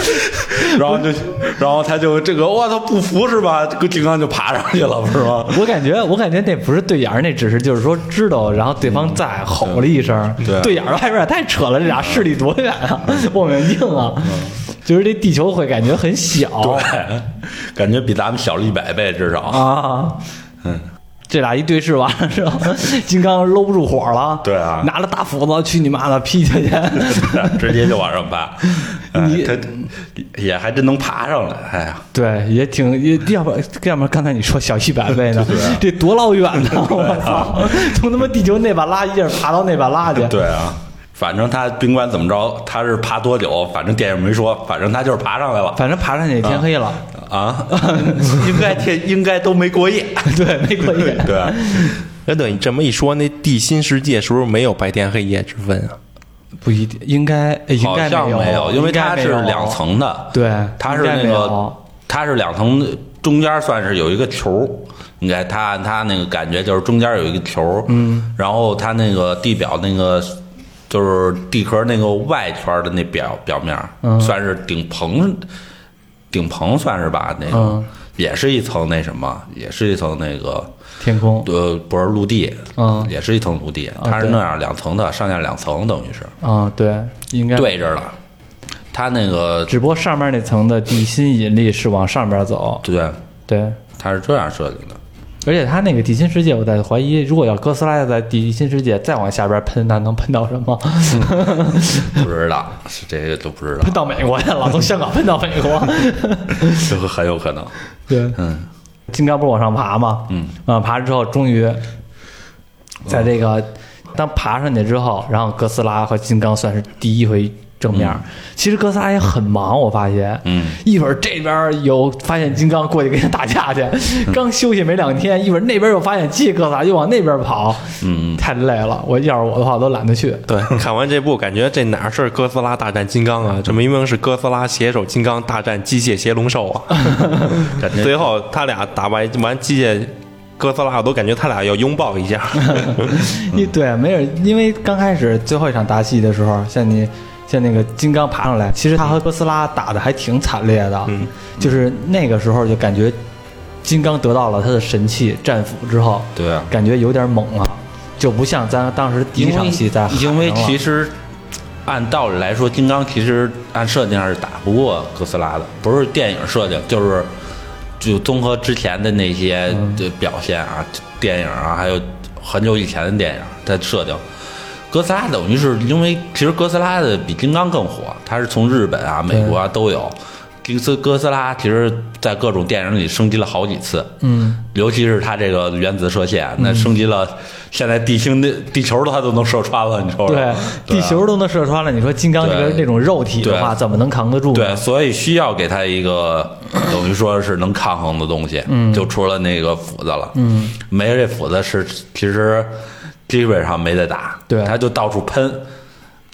然后他就这个，哇，他不服是吧？这个金刚就爬上去了，是吗？ 我感觉那不是对眼，那只是就是说知道，然后对方在吼了一声，对眼还有点太扯了，这俩势力多远啊，望远镜啊。就是这地球会感觉很小， 对，感觉比咱们小了100倍至少啊。这俩一对视完了之后，金刚搂不住火了， 对啊， 拿着大斧子去你妈的劈下去， 直接就往上爬。他也还真能爬上来，哎呀， 对，要不然刚才你说小100倍呢，这多老远呢！我操，从他妈地球那把拉一下爬到那把拉去， 对啊。反正他甭管怎么着，他是爬多久，反正电影没说，反正他就是爬上来了。 反正爬上去天黑了啊，应该都没过夜， 对，没过夜。 对， 那等你这么一说，那地心世界是不是没有白天黑夜之分啊？ 不一定，应该没有，因为它是2层的。 对， 它是那个，它是2层，中间算是有一个球。应该它那个感觉就是中间有一个球，然后它那个地表那个。就是地壳那个外圈的那表面，算是顶棚算是吧？那个也是一层那什么，也是一层那个天空， 不是陆地，也是一层陆地，它是那样2层的，上下2层等于是， 对，应该对着了。它那个只不过上面那层的地心引力是往上边走，对， 它是这样设计的。 而且他那个地心世界，我在怀疑，如果要哥斯拉在地心世界再往下边喷，那能喷到什么？ 不知道，是这个都不知道。 喷到美国去了，从香港喷到美国， 这个很有可能。 对，金刚不是往上爬吗？爬之后，终于在这个当爬上去之后，然后哥斯拉和金刚算是第一回正面。其实哥斯拉也很忙，我发现，一会儿这边有发现金刚过去跟他打架去，刚休息没2天，一会儿那边又发现机械哥斯拉又往那边跑，太累了。要是我的话，我都懒得去。 对，看完这部，感觉这哪是哥斯拉大战金刚啊？这明明是哥斯拉携手金刚大战机械邪龙兽啊！最后他俩打完机械哥斯拉，我都感觉他俩要拥抱一下。 对，没有，因为刚开始最后一场打戏的时候，像那个金刚爬上来，其实他和哥斯拉打的还挺惨烈的，就是那个时候就感觉金刚得到了他的神器战斧之后， 对啊， 感觉有点猛了，就不像咱当时第一场戏在海上了。 因为其实按道理来说，金刚其实按设定上是打不过哥斯拉的，不是电影设定，就综合之前的那些表现啊，电影啊，还有很久以前的电影的设定。哥斯拉等于是因为其实哥斯拉的比金刚更火，它是从日本啊、美国啊都有。哥斯拉其实在各种电影里升级了好几次，尤其是它这个原子射线，那升级了，现在地球它都能射穿了，你说对，地球都能射穿了，你说金刚这种肉体的话，怎么能扛得住呢？ 对，所以需要给它一个等于说是能抗衡的东西，就除了那个斧子了，没了这斧子是其实基本上没得打， 对， 他就到处喷，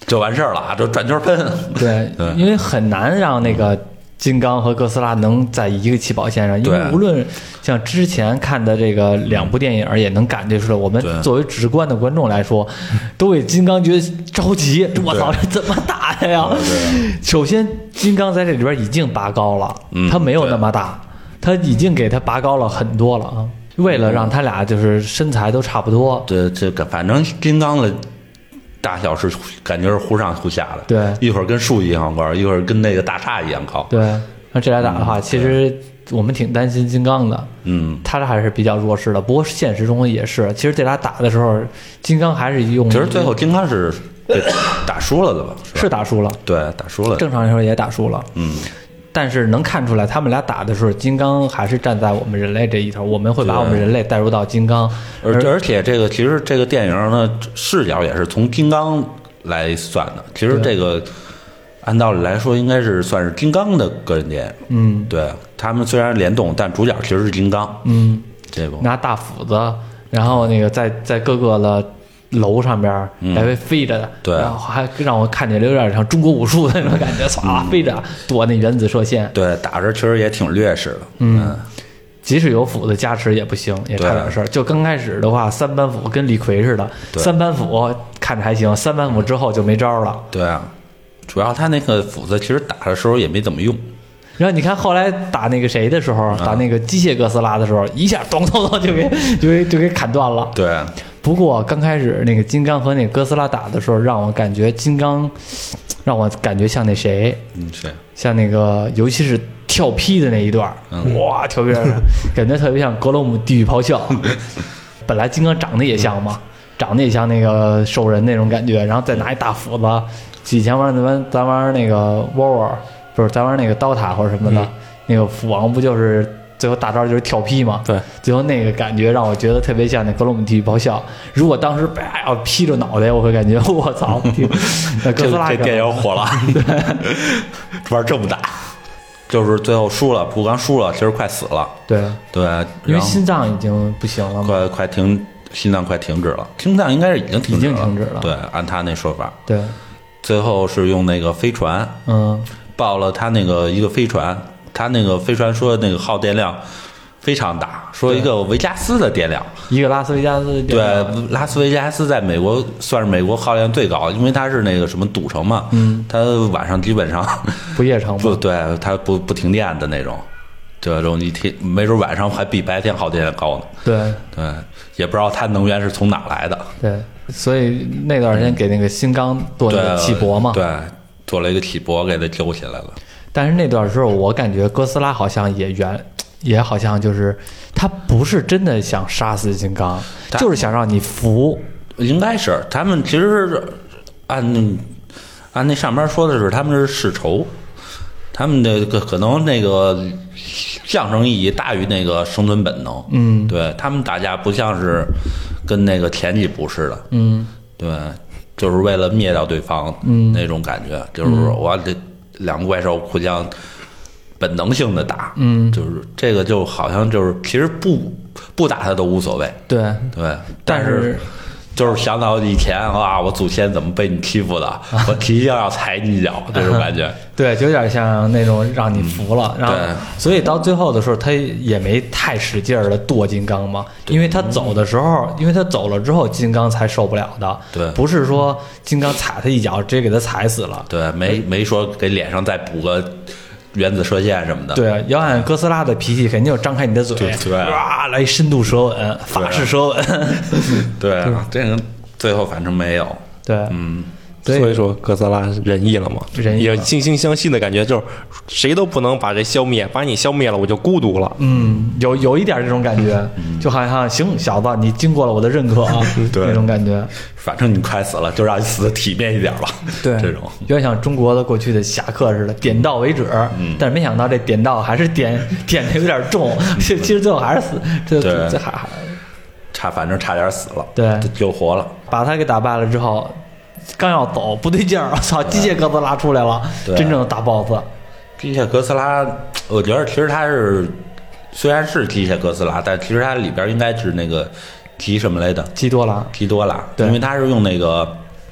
就完事儿了，就转圈喷。 对，因为很难让那个金刚和哥斯拉能在一个起跑线上，因为无论像之前看的这个2部电影，也能感觉出来，我们作为直观的观众来说，都为金刚觉得着急。我操，这怎么打的呀？首先，金刚在这里边已经拔高了，他没有那么大，他已经给他拔高了很多了啊。为了让他俩就是身材都差不多。 对，这个反正金刚的大小是感觉是忽上忽下的， 对， 一会儿跟树一样高，一会儿跟那个大厦一样高。 对，那这俩打的话，其实我们挺担心金刚的，他俩还是比较弱势的。不过现实中也是，其实这俩打的时候，金刚还是用， 其实最后金刚是打输了的吧？ 是打输了， 对，打输了。 正常来说也打输了，但是能看出来，他们俩打的时候，金刚还是站在我们人类这一头，我们会把我们人类带入到金刚。 而且这个其实这个电影呢，视角也是从金刚来算的。其实这个按道理来说，应该是算是金刚的个人电影。对，他们虽然联动，但主角其实是金刚。这部拿大斧子，然后那个在各个的楼上边来回飞着的， 对， 然后还让我看见有点像中国武术的那种感觉，唰飞着躲那原子射线。 对，打着确实也挺劣势的。 即使有斧子加持也不行，也差点事儿。就刚开始的话，三板斧跟李逵似的，三板斧看着还行，三板斧之后就没招了。 对啊，主要他那个斧子其实打的时候也没怎么用。 然后你看后来打那个谁的时候，打那个机械哥斯拉的时候，一下咚咚咚就给砍断了。 对。 不过刚开始那个金刚和那个哥斯拉打的时候，让我感觉金刚让我感觉像那谁，像那个尤其是跳劈的那一段，哇，跳劈感觉特别像格罗姆地狱咆哮。本来金刚长得也像嘛，长得也像那个兽人那种感觉，然后再拿一大斧子。以前咱玩那个 War， 不是咱玩那个刀塔或者什么的，那个斧王不就是最后大招就是跳劈嘛？ 对， 最后那个感觉让我觉得特别像那格罗姆地狱咆哮。如果当时要劈着脑袋，我会感觉我操，那哥斯拉这电影火了，玩这么大，就是最后输了，不光输了，其实快死了。 对，因为心脏已经不行了， 快停，心脏快停止了，心脏应该是已经停止了。对，按他那说法。 对， 最后是用那个飞船，爆了他那个一个飞船。他那个飞船说那个耗电量非常大，说一个维加斯的电量， 一个拉斯维加斯的电量。 对，拉斯维加斯在美国算是美国耗电最高，因为它是那个什么赌城嘛，它晚上基本上不夜城， 不对，它不停电的那种，这种一天没准晚上还比白天耗电量高呢。 对， 也不知道它能源是从哪来的。 对，所以那段时间给那个新刚做了个起搏嘛， 对，做了一个起搏给它救起来了。 但是那段时候，我感觉哥斯拉好像也好像就是他不是真的想杀死金刚，就是想让你服。 应该是他们其实是按那上面说的是他们是世仇，他们的可能那个象征意义大于那个生存本能。对他们打架不像是跟那个前几部似的。对，就是为了灭掉对方。那种感觉就是我得。两个怪兽互相本能性的打，就是这个就好像就是其实不打他都无所谓， 对，但是就是想到以前啊，我祖先怎么被你欺负的，我提定要踩你一脚，这种感觉， 对，就有点像那种让你服了，然后所以到最后的时候，他也没太使劲的剁金刚嘛，因为他走的时候，因为他走了之后，金刚才受不了的， 对， 不是说金刚踩他一脚直接给他踩死了， 对，没说给脸上再补个原子射线什么的。 对，要按哥斯拉的脾气，肯定就张开你的嘴，哇，来深度舌吻，法式舌吻。 对，这个最后反正没有。 对， 所以说哥斯拉仁义了嘛，也惺惺相惜的感觉，就是谁都不能把这消灭，把你消灭了，我就孤独了。 有一点这种感觉，就好像行，小子，你经过了我的认可啊，那种感觉。 反正你快死了，就让你死的体面一点吧。 对， 这种有点像中国的过去的侠客似的，点到为止。但是没想到这点到还是点的有点重，其实最后还是死，这还反正差点死了， 对， 救活了， 把他给打败了之后。刚要走不对劲儿，我操！机械哥斯拉出来了，真正的大 boss。 机械哥斯拉，我觉得其实它是虽然是机械哥斯拉，但其实它里边应该是那个提什么来的？ 基多拉， 因为它是用那个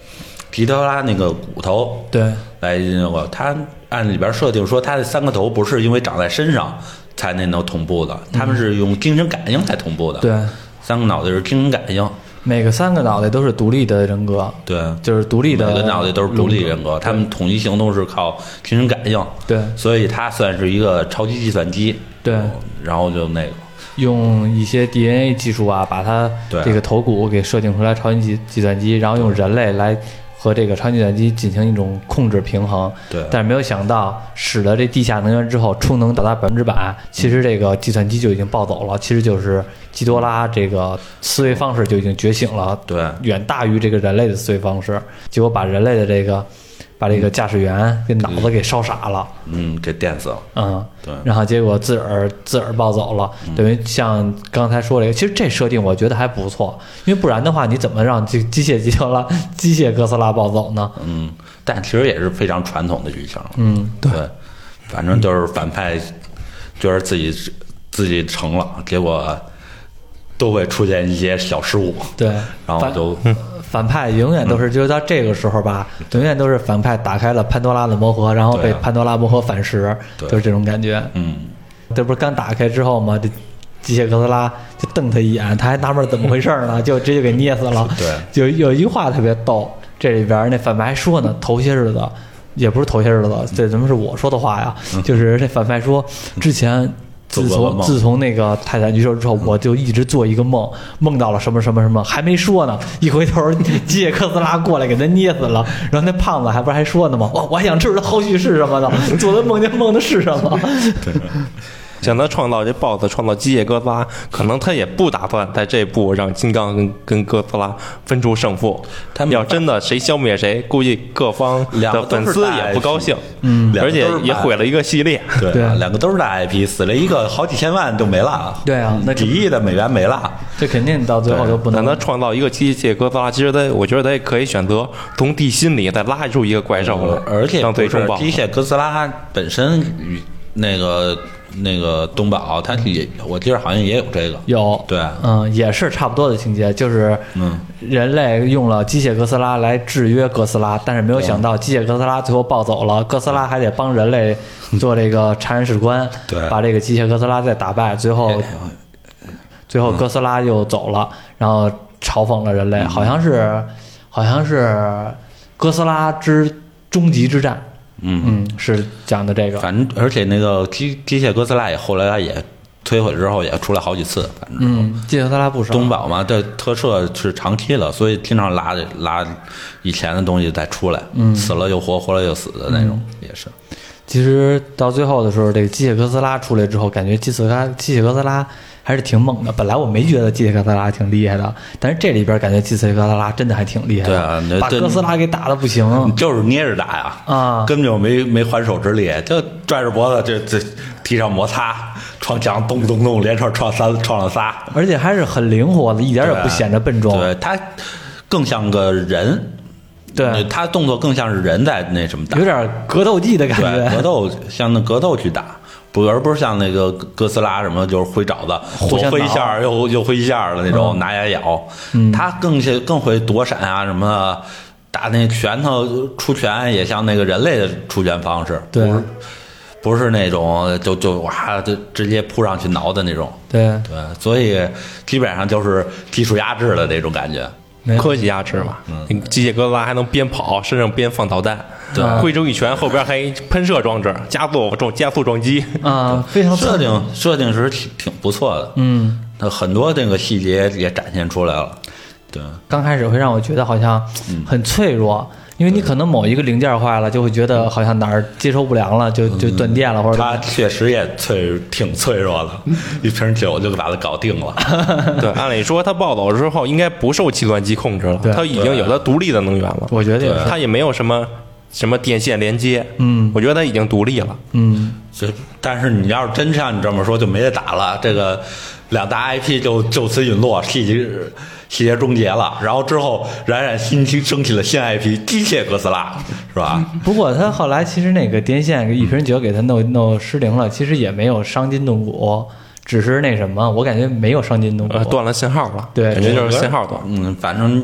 吉多拉那个骨头对来那个，它按里边设定说，它的3个头不是因为长在身上才那能同步的，他们是用精神感应才同步的。 对 ，3个脑袋是精神感应。 每个3个脑袋都是独立的人格， 对， 就是独立的， 每个脑袋都是独立人格，他们统一行动是靠精神感应。 对， 所以它算是一个超级计算机。 对， 然后就那个用一些 DNA 技术啊，把它这个头骨给设定出来超级计算机，然后用人类来和这个超级计算机进行一种控制平衡。 对， 但是没有想到使了这地下能源之后，充能达到100%，其实这个计算机就已经暴走了，其实就是基多拉这个思维方式就已经觉醒了， 对， 远大于这个人类的思维方式，结果把人类的这个驾驶员给脑子给烧傻了， 给电死了，对， 然后结果自个儿暴走了，等于像刚才说这个，其实这设定我觉得还不错，因为不然的话，你怎么让这机械哥斯拉暴走呢？ 但其实也是非常传统的剧情， 对， 反正就是反派觉得自己成了，结果都会出现一些小失误， 对， 然后就反派永远都是，就是到这个时候吧，永远都是反派打开了潘多拉的魔盒，然后被潘多拉魔盒反噬，就是这种感觉。这不是刚打开之后吗？这机械哥斯拉就瞪他一眼，他还纳闷怎么回事呢，就直接给捏死了。 对， 就有一句话特别逗，这里边那反派还说呢，头些日子也不是头些日子，这怎么是我说的话呀？就是这反派说之前。自从那个泰坦巨兽之后，我就一直做一个梦到了什么什么什么，还没说呢，一回头机械哥斯拉过来给他捏死了，然后那胖子还说呢吗？我还想知道后续是什么呢？做的梦的是什么？ 像他创造这 BOSS， 创造机械哥斯拉，可能他也不打算在这部让金刚跟哥斯拉分出胜负。他们要真的谁消灭谁，估计各方的粉丝也不高兴。而且也毁了一个系列。 对，2个都是大 IP， 死了一个好几千万就没了。 对啊，那几亿的美元没了， 这肯定到最后都不能。 但他创造一个机械哥斯拉，其实我觉得他也可以选择从地心里再拉出一个怪兽来， 而且当最终 BOSS。 机械哥斯拉本身与那个东宝，它也我记得好像也有这个， 有对， 也是差不多的情节，就是人类用了机械哥斯拉来制约哥斯拉，但是没有想到机械哥斯拉最后暴走了，哥斯拉还得帮人类做这个察言使官，把这个机械哥斯拉再打败，最后哥斯拉又走了，然后嘲讽了人类，好像是哥斯拉之终极之战。是讲的这个， 反正而且那个机械哥斯拉也后来也摧毁之后也出来好几次，反正机械哥斯拉不少。 东宝嘛，这特摄是长期了，所以经常拉以前的东西再出来，死了又活，活了又死的那种，也是。 其实到最后的时候，这个机械哥斯拉出来之后，感觉机械哥斯拉还是挺猛的。本来我没觉得机械哥斯拉挺厉害的，但是这里边感觉机械哥斯拉真的还挺厉害的， 对啊， 把哥斯拉给打得不行， 就是捏着打呀，根本就没还手之力，就拽着脖子这地上摩擦，撞墙咚咚咚连串撞了仨， 而且还是很灵活的，一点也不显得笨重。 对，他更像个人。 对， 他动作更像是人在那什么打， 有点格斗技的感觉， 对，像那格斗去打，而不是像那个哥斯拉什么就是挥爪子，左挥一下又挥一下的那种拿牙咬，他更会躲闪啊什么的，打那拳头出拳也像那个人类的出拳方式， 对， 不是那种就哇就直接扑上去挠的那种， 对， 所以基本上就是技术压制的那种感觉。 科技压制嘛，机械哥斯拉还能边跑，身上边放导弹，挥出一拳，后边还喷射装置，加速撞击啊，非常设定是挺不错的，那很多这个细节也展现出来了。对， 刚开始会让我觉得好像很脆弱。因为你可能某一个零件坏了，就会觉得好像哪儿接收不良了，就断电了，或者它确实也挺脆弱的，一瓶酒就把它搞定了。 对，按理说它暴走之后应该不受计算机控制了，它已经有它独立的能源了。 我觉得也是， 它也没有什么电线连接。我觉得它已经独立了。 但是你要是真像你这么说，就没得打了。这个2大 IP 就此陨落，细节终结了，然后之后冉升起了新 IP 机械哥斯拉，是吧？ 不过他后来其实那个电线一瓶酒给他弄失灵了，其实也没有伤筋动骨，只是那什么，我感觉没有伤筋动骨， 断了信号了。 对， 感觉就是信号断。 反正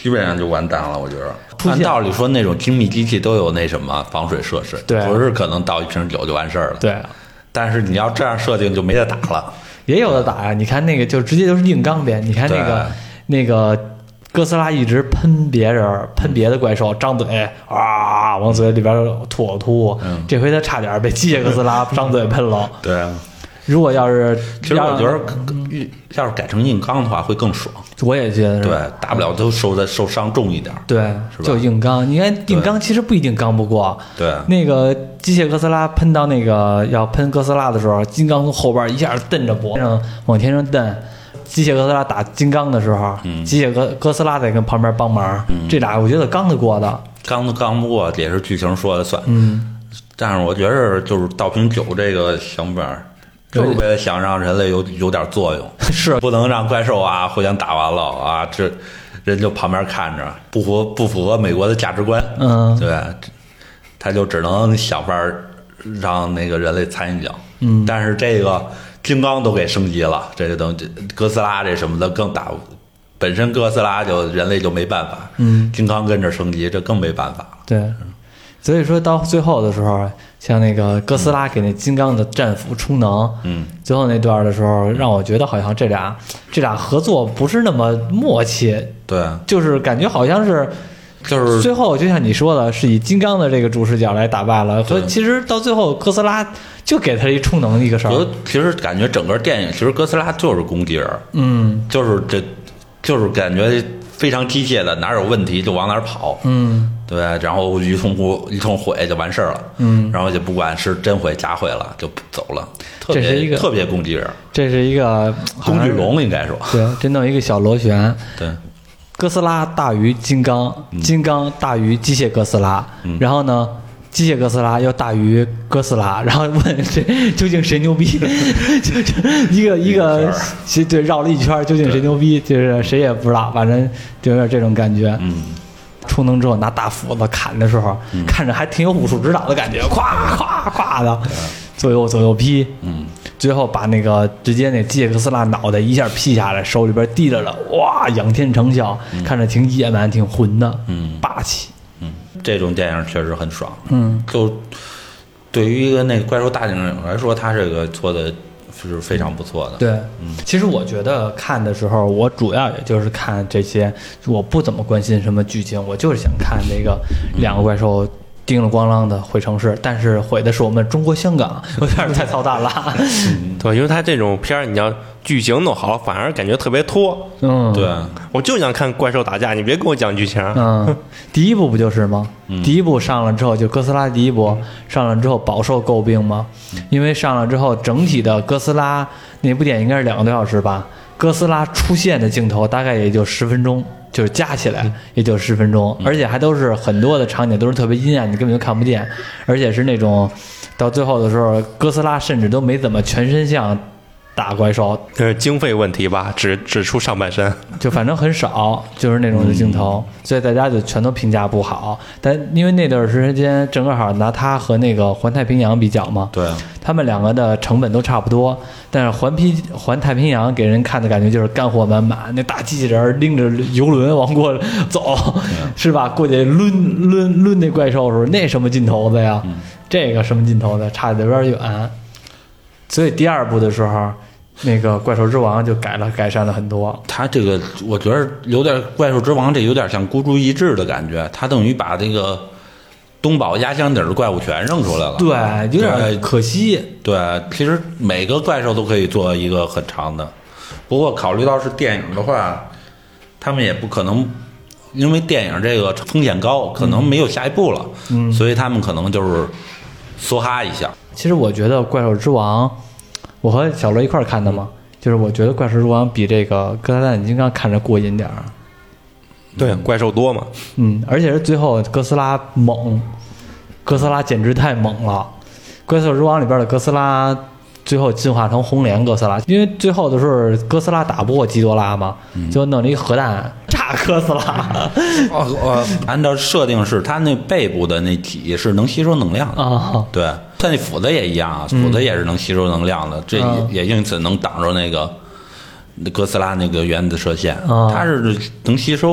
基本上就完蛋了。我觉得， 出现按道理说，那种精密机器都有那什么防水设施， 对不是可能倒一瓶酒就完事儿了。 对， 但是你要这样设定，就没得打了。 也有的打呀。你看那个就直接就是硬刚边，你看那个哥斯拉一直喷别人，喷别的怪兽，张嘴啊往嘴里边吐，这回他差点被机械哥斯拉张嘴喷了。 对啊。 如果要是， 其实我觉得，要是改成硬刚的话会更爽。 我也觉得是。 对，大不了都受伤重一点。 对，就硬刚。你看硬刚其实不一定刚不过。 对。 那个机械哥斯拉喷到那个要喷哥斯拉的时候，金刚从后边一下蹬着脖上往天上蹬。机械哥斯拉打金刚的时候，机械哥斯拉在跟旁边帮忙。这俩我觉得刚得过的。 刚不过也是剧情说了算。但是我觉得就是倒瓶酒这个想法。就是为了想让人类有点作用， 是不能让怪兽啊互相打完了啊，这人就旁边看着，不符合美国的价值观，对，他就只能想法让那个人类参与进，但是这个金刚都给升级了，这个东西哥斯拉这什么的更打，本身哥斯拉就人类就没办法，金刚跟着升级，这更没办法了， 对。所以说到最后的时候，像那个哥斯拉给那金刚的战斧充能，最后那段的时候，让我觉得好像这俩合作不是那么默契， 对， 就是感觉好像是，就是最后就像你说的，是以金刚的这个主视角来打败了，所以其实到最后哥斯拉就给他一充能的一个事儿。 其实感觉整个电影，其实哥斯拉就是攻击人，就是感觉非常机械的，哪有问题就往哪儿跑，对，然后一通毁就完事儿了，然后就不管是真毁假毁了就走了， 这是一个特别攻击人， 这是一个工具龙应该说， 对，真弄一个小螺旋， 对， 哥斯拉大于金刚，金刚大于机械哥斯拉，然后呢？机械哥斯拉要大于哥斯拉，然后问谁究竟谁牛逼？就一个对绕了一圈，究竟谁牛逼？就是谁也不知道，反正就有点这种感觉。充能之后拿大斧子砍的时候，看着还挺有武术指导的感觉，咵咵咵的左右劈。最后把那个直接那机械哥斯拉脑袋一下劈下来，手里边提着了，哇，仰天长啸，看着挺野蛮、挺混的，霸气。 这种电影确实很爽，就对于一个那个怪兽大电影来说，它这个做的是非常不错的。 对，其实我觉得看的时候，我主要也就是看这些，我不怎么关心什么剧情，我就是想看这个两个怪兽叮了咣啷的毁城市，但是毁的是我们中国香港，有点太操蛋了。 对，因为他这种片儿，你要剧情弄好，反而感觉特别拖。 对， 我就想看怪兽打架，你别跟我讲剧情。 第一部不就是吗？第一部上了之后，就哥斯拉第一部上了之后饱受诟病吗？因为上了之后，整体的哥斯拉那部电影应该是2个多小时吧，哥斯拉出现的镜头大概也就10分钟。就是加起来也就10分钟，而且还都是很多的场景都是特别阴暗，你根本就看不见，而且是那种到最后的时候，哥斯拉甚至都没怎么全身像打怪兽， 这是经费问题吧？只出上半身， 就反正很少，就是那种的镜头，所以大家就全都评价不好。但因为那段时间正好拿它和那个环太平洋比较嘛， 对， 他们两个的成本都差不多，但是环太平洋给人看的感觉就是干货满满，那大机器人拎着游轮往过走，是吧？过去抡那怪兽的时候，那什么劲头子呀？这个什么劲头子，差的有点远。所以第二部的时候，那个怪兽之王就改善了很多。 他这个我觉得有点怪兽之王，这有点像孤注一掷的感觉，他等于把这个东宝压箱底的怪物全扔出来了。 对，有点可惜。 对，其实每个怪兽都可以做一个很长的，不过考虑到是电影的话，他们也不可能。因为电影这个风险高，可能没有下一步了，所以他们可能就是梭哈一下。 其实我觉得《怪兽之王》，我和小罗一块看的嘛，就是我觉得《怪兽之王》比这个《哥斯拉大战金刚》看着过瘾点儿。 对，怪兽多嘛。 而且是最后哥斯拉猛，哥斯拉简直太猛了。《怪兽之王》里边的哥斯拉最后进化成红莲哥斯拉，因为最后的时候哥斯拉打不过基多拉嘛，就弄了一核弹炸哥斯拉。 按照设定是他那背部的那体是能吸收能量的对，他那斧子也一样啊，斧子也是能吸收能量的，这也因此能挡着那个哥斯拉那个原子射线，它是能吸收的。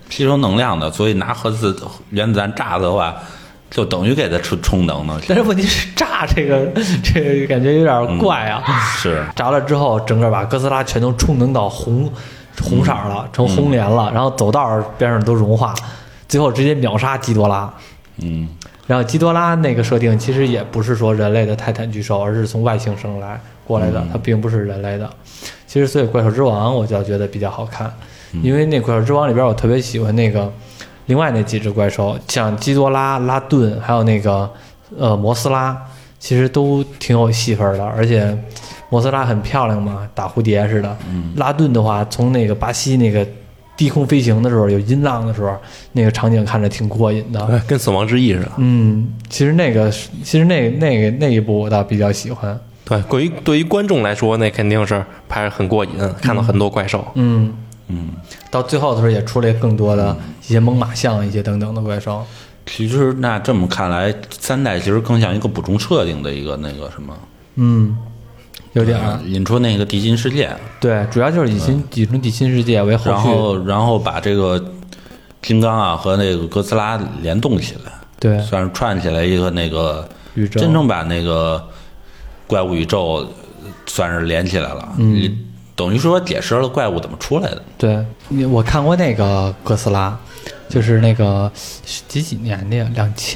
吸收能量的，所以拿原子弹炸的话，就等于给它充能了。 但是问题是炸这个感觉有点怪啊。 是炸了之后，整个把哥斯拉全都充能到红色了，成红莲了，然后走道边上都融化，最后直接秒杀基多拉。然后基多拉那个设定其实也不是说人类的泰坦巨兽，而是从外星生过来的，它并不是人类的。其实所以怪兽之王我就觉得比较好看，因为那怪兽之王里边我特别喜欢那个另外那几只怪兽，像基多拉、拉顿还有那个摩斯拉，其实都挺有戏份的，而且摩斯拉很漂亮嘛，打蝴蝶似的。拉顿的话，从那个巴西那个低空飞行的时候，有音浪的时候，那个场景看着挺过瘾的， 对，跟死亡之翼似的。 其实那一部我倒比较喜欢。 对于观众来说，那肯定是拍着很过瘾，看到很多怪兽。 到最后的时候也出来更多的一些猛犸象、一些等等的怪兽。 其实那这么看来，3代其实更像一个补充设定的一个那个什么。 有点引出那个地心世界。 对，主要就是以地心世界为后续，然后把这个金刚啊和那个哥斯拉联动起来， 对， 算是串起来一个那个宇宙， 真正把那个怪物宇宙算是连起来了。等于说解释了怪物怎么出来的。 对，我看过那个哥斯拉，就是那个几年的呀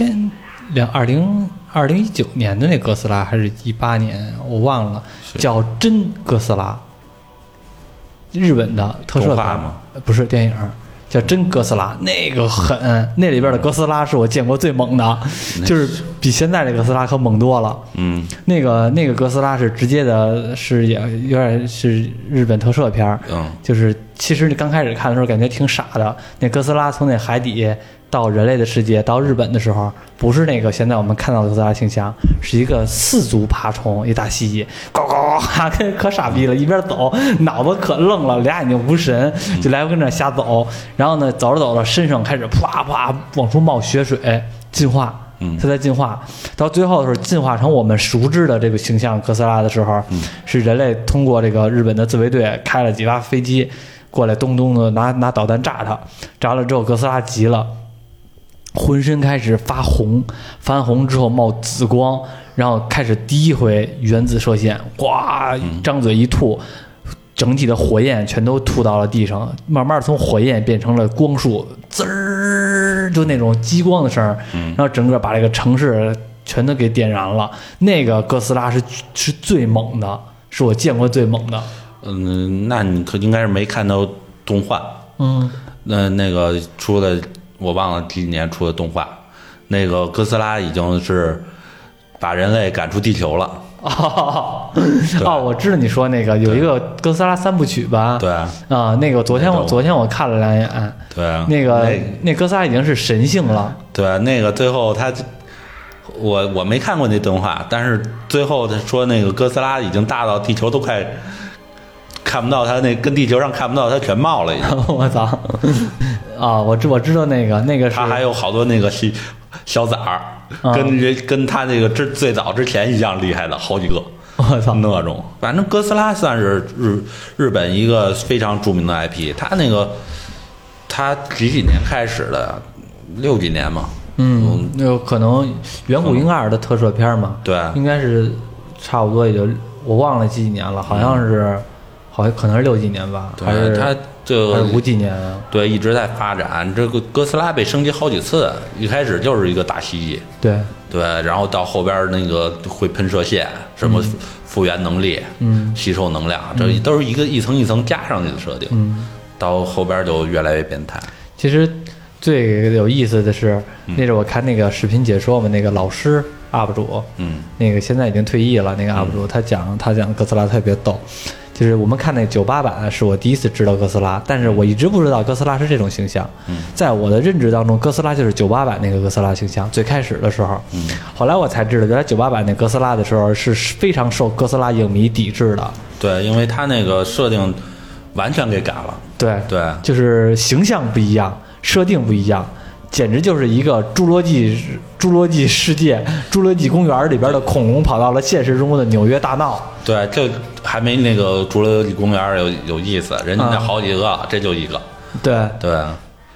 ，2019年的那哥斯拉还是18年，我忘了，叫真哥斯拉，日本的特摄片吗？ 不是电影，叫真哥斯拉，那个狠，那里边的哥斯拉是我见过最猛的，就是比现在这哥斯拉可猛多了。那个哥斯拉是直接的，是也有点是日本特摄片，就是其实你刚开始看的时候感觉挺傻的，那哥斯拉从那海底到人类的世界，到日本的时候，不是那个现在我们看到的哥斯拉形象，是一个4足爬虫，一大蜥蜴，呱呱呱，可傻逼了，一边走脑子可愣了，俩眼睛无神，就来回跟那瞎走，然后呢，走着走着，身上开始啪啪往出冒血水，进化。它在进化，到最后的时候进化成我们熟知的这个形象哥斯拉的时候，是人类通过这个日本的自卫队开了几架飞机过来，咚咚的拿导弹炸它，炸了之后哥斯拉急了，浑身开始发红之后冒紫光，然后开始第一回原子射线，呱，张嘴一吐，整体的火焰全都吐到了地上，慢慢从火焰变成了光束，滋儿，就那种激光的声，然后整个把这个城市全都给点燃了。那个哥斯拉是最猛的，是我见过最猛的。 那你可应该是没看到动画。那个出了，我忘了几年出的动画，那个哥斯拉已经是把人类赶出地球了。 我知道你说那个有一个哥斯拉3部曲吧？ 对那个昨天我看了2眼。 对， 那哥斯拉已经是神性了。 对，那个最后我没看过那动画，但是最后他说那个哥斯拉已经大到地球都快看不到他，那跟地球上看不到他全貌了已经。 我操！我知道那个是他还有好多那个小崽儿，跟他那个最早之前一样厉害的好几个。 我操， 那种反正哥斯拉算是日本一个非常著名的 IP。他几年开始的，6几年嘛。 有可能远古婴儿的特摄片嘛？ 对， 应该是差不多也就我忘了几年了，好像可能是6几年吧，还是他就 5几年啊？ 对，一直在发展。这个哥斯拉被升级好几次，一开始就是一个大蜥蜴，对，然后到后边那个会喷射线，什么复原能力，吸收能量，这都是一层一层加上去的设定。到后边就越来越变态。 其实最有意思的是，那是我看那个视频解说嘛，那个老师 UP 主，那个现在已经退役了，那个 UP 主他讲哥斯拉特别逗。就是我们看那98版是我第一次知道哥斯拉，但是我一直不知道哥斯拉是这种形象。在我的认知当中，哥斯拉就是98版那个哥斯拉形象，最开始的时候。后来我才知道，原来98版那哥斯拉的时候是非常受哥斯拉影迷抵制的。对， 因为他那个设定完全给改了。 对，就是形象不一样，设定不一样。简直就是一个侏罗纪世界、侏罗纪公园里边的恐龙跑到了现实中的纽约大闹。 对，这还没那个侏罗纪公园有意思，人家那好几个，这就一个。 对，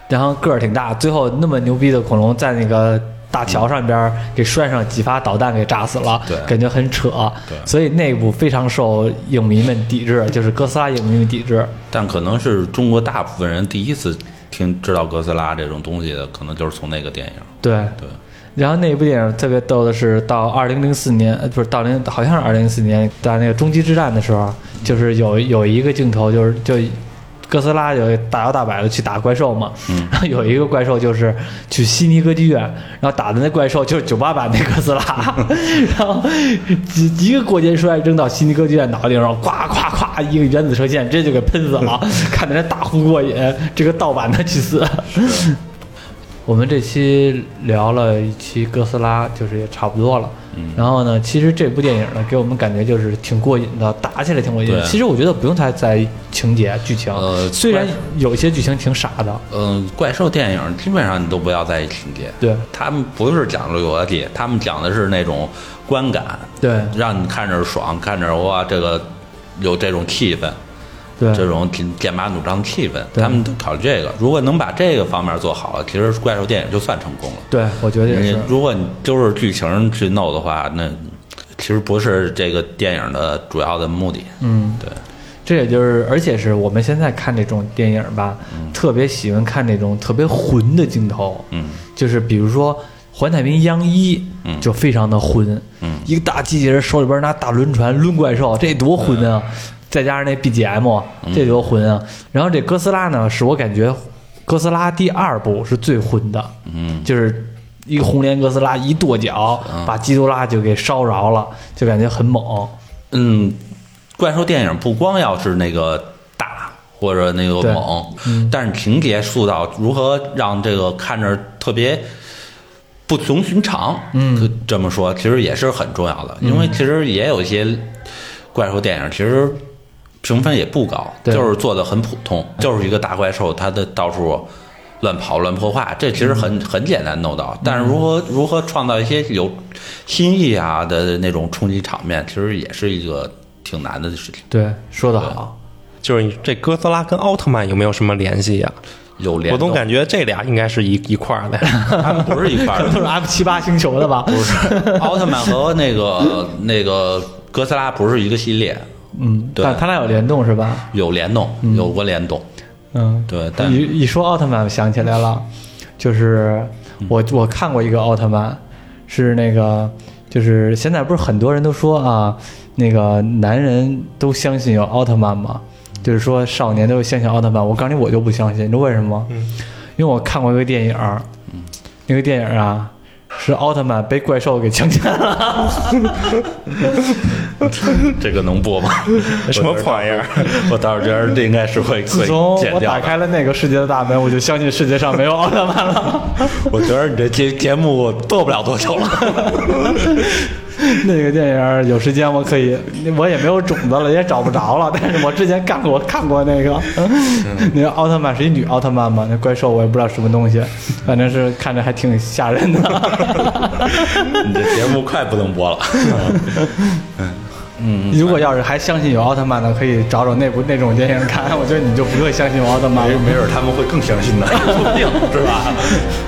然后个儿挺大，最后那么牛逼的恐龙在那个大桥上边给拴上几发导弹给炸死了， 对， 感觉很扯。 对， 所以那部非常受影迷们抵制，就是哥斯拉影迷们抵制。 但可能是中国大部分人第一次知道哥斯拉这种东西的，可能就是从那个电影。 对对。 然后那部电影特别逗的是，到2004年，不是到好像是2004年，在那个终极之战的时候，就是有一个镜头，就哥斯拉有大摇大摆的去打怪兽嘛，然后有一个怪兽就是去悉尼歌剧院，然后打的那怪兽就是98版那哥斯拉，然后一个过肩摔扔到悉尼歌剧院脑袋顶上，咵咵咵一个原子射线，直接就给喷死了，看的人大呼过瘾，这个盗版的去死。我们这期聊了一期哥斯拉，就是也差不多了。然后呢，其实这部电影呢，给我们感觉就是挺过瘾的，打起来挺过瘾。其实我觉得不用太在意情节剧情，虽然有一些剧情挺傻的。 怪兽电影基本上你都不要在意情节， 对， 他们不是讲逻辑，他们讲的是那种观感， 对， 让你看着爽，看着哇，这个有这种气氛。 对， 这种剑拔弩张的气氛，他们都考虑这个。如果能把这个方面做好了，其实怪兽电影就算成功了。 对，我觉得也是。 如果你就是剧情去弄的话，那其实不是这个电影的主要的目的。对。 这也就是，而且是我们现在看这种电影吧，特别喜欢看那种特别混的镜头。就是比如说《环太平洋1》，就非常的混。一个大机器人手里边拿大轮船抡怪兽，这多混啊！再加上那 BGM， 这多混啊！然后这哥斯拉呢，是我感觉哥斯拉第2部是最混的，就是一个红莲哥斯拉一跺脚，把基多拉就给烧着了，就感觉很猛。 怪兽电影不光要是那个大或者那个猛，但是情节塑造如何让这个看着特别不同寻常，这么说其实也是很重要的，因为其实也有一些怪兽电影其实评分也不高，就是做的很普通，就是一个大怪兽，它的到处乱跑乱破坏，这其实很简单弄到。但是如何创造一些有新意啊的那种冲击场面，其实也是一个挺难的事情。 对，说得好。 就是这哥斯拉跟奥特曼有没有什么联系呀？ 有联， 我总感觉这俩应该是一块儿的， 他们不是一块儿的， 都是 F78星球的吧？ 不是，奥特曼和那个哥斯拉不是一个系列。对， 但他俩有联动是吧？ 有联动，有过联动。对。但一说奥特曼，我想起来了，就是我看过一个奥特曼，是那个就是现在不是很多人都说啊，那个男人都相信有奥特曼吗？就是说少年都相信奥特曼，我告诉你，我就不相信，你知道为什么吗？因为我看过一个电影，那个电影啊是奥特曼被怪兽给强奸了。 这个能播吗？ 什么破玩意儿？ 我倒是觉得这应该是会自从我打开了那个世界的大门，我就相信世界上没有奥特曼了。 我觉得你这节目做不了多久了。 那个电影有时间我也没有种子了，也找不着了。但是我之前看过那个，那个奥特曼是一女奥特曼嘛，那怪兽我也不知道什么东西，反正是看着还挺吓人的。 你这节目快不能播了。 如果要是还相信有奥特曼的，可以找那种电影看。我觉得你就不会相信有奥特曼， 没准他们会更相信的，说不定是吧？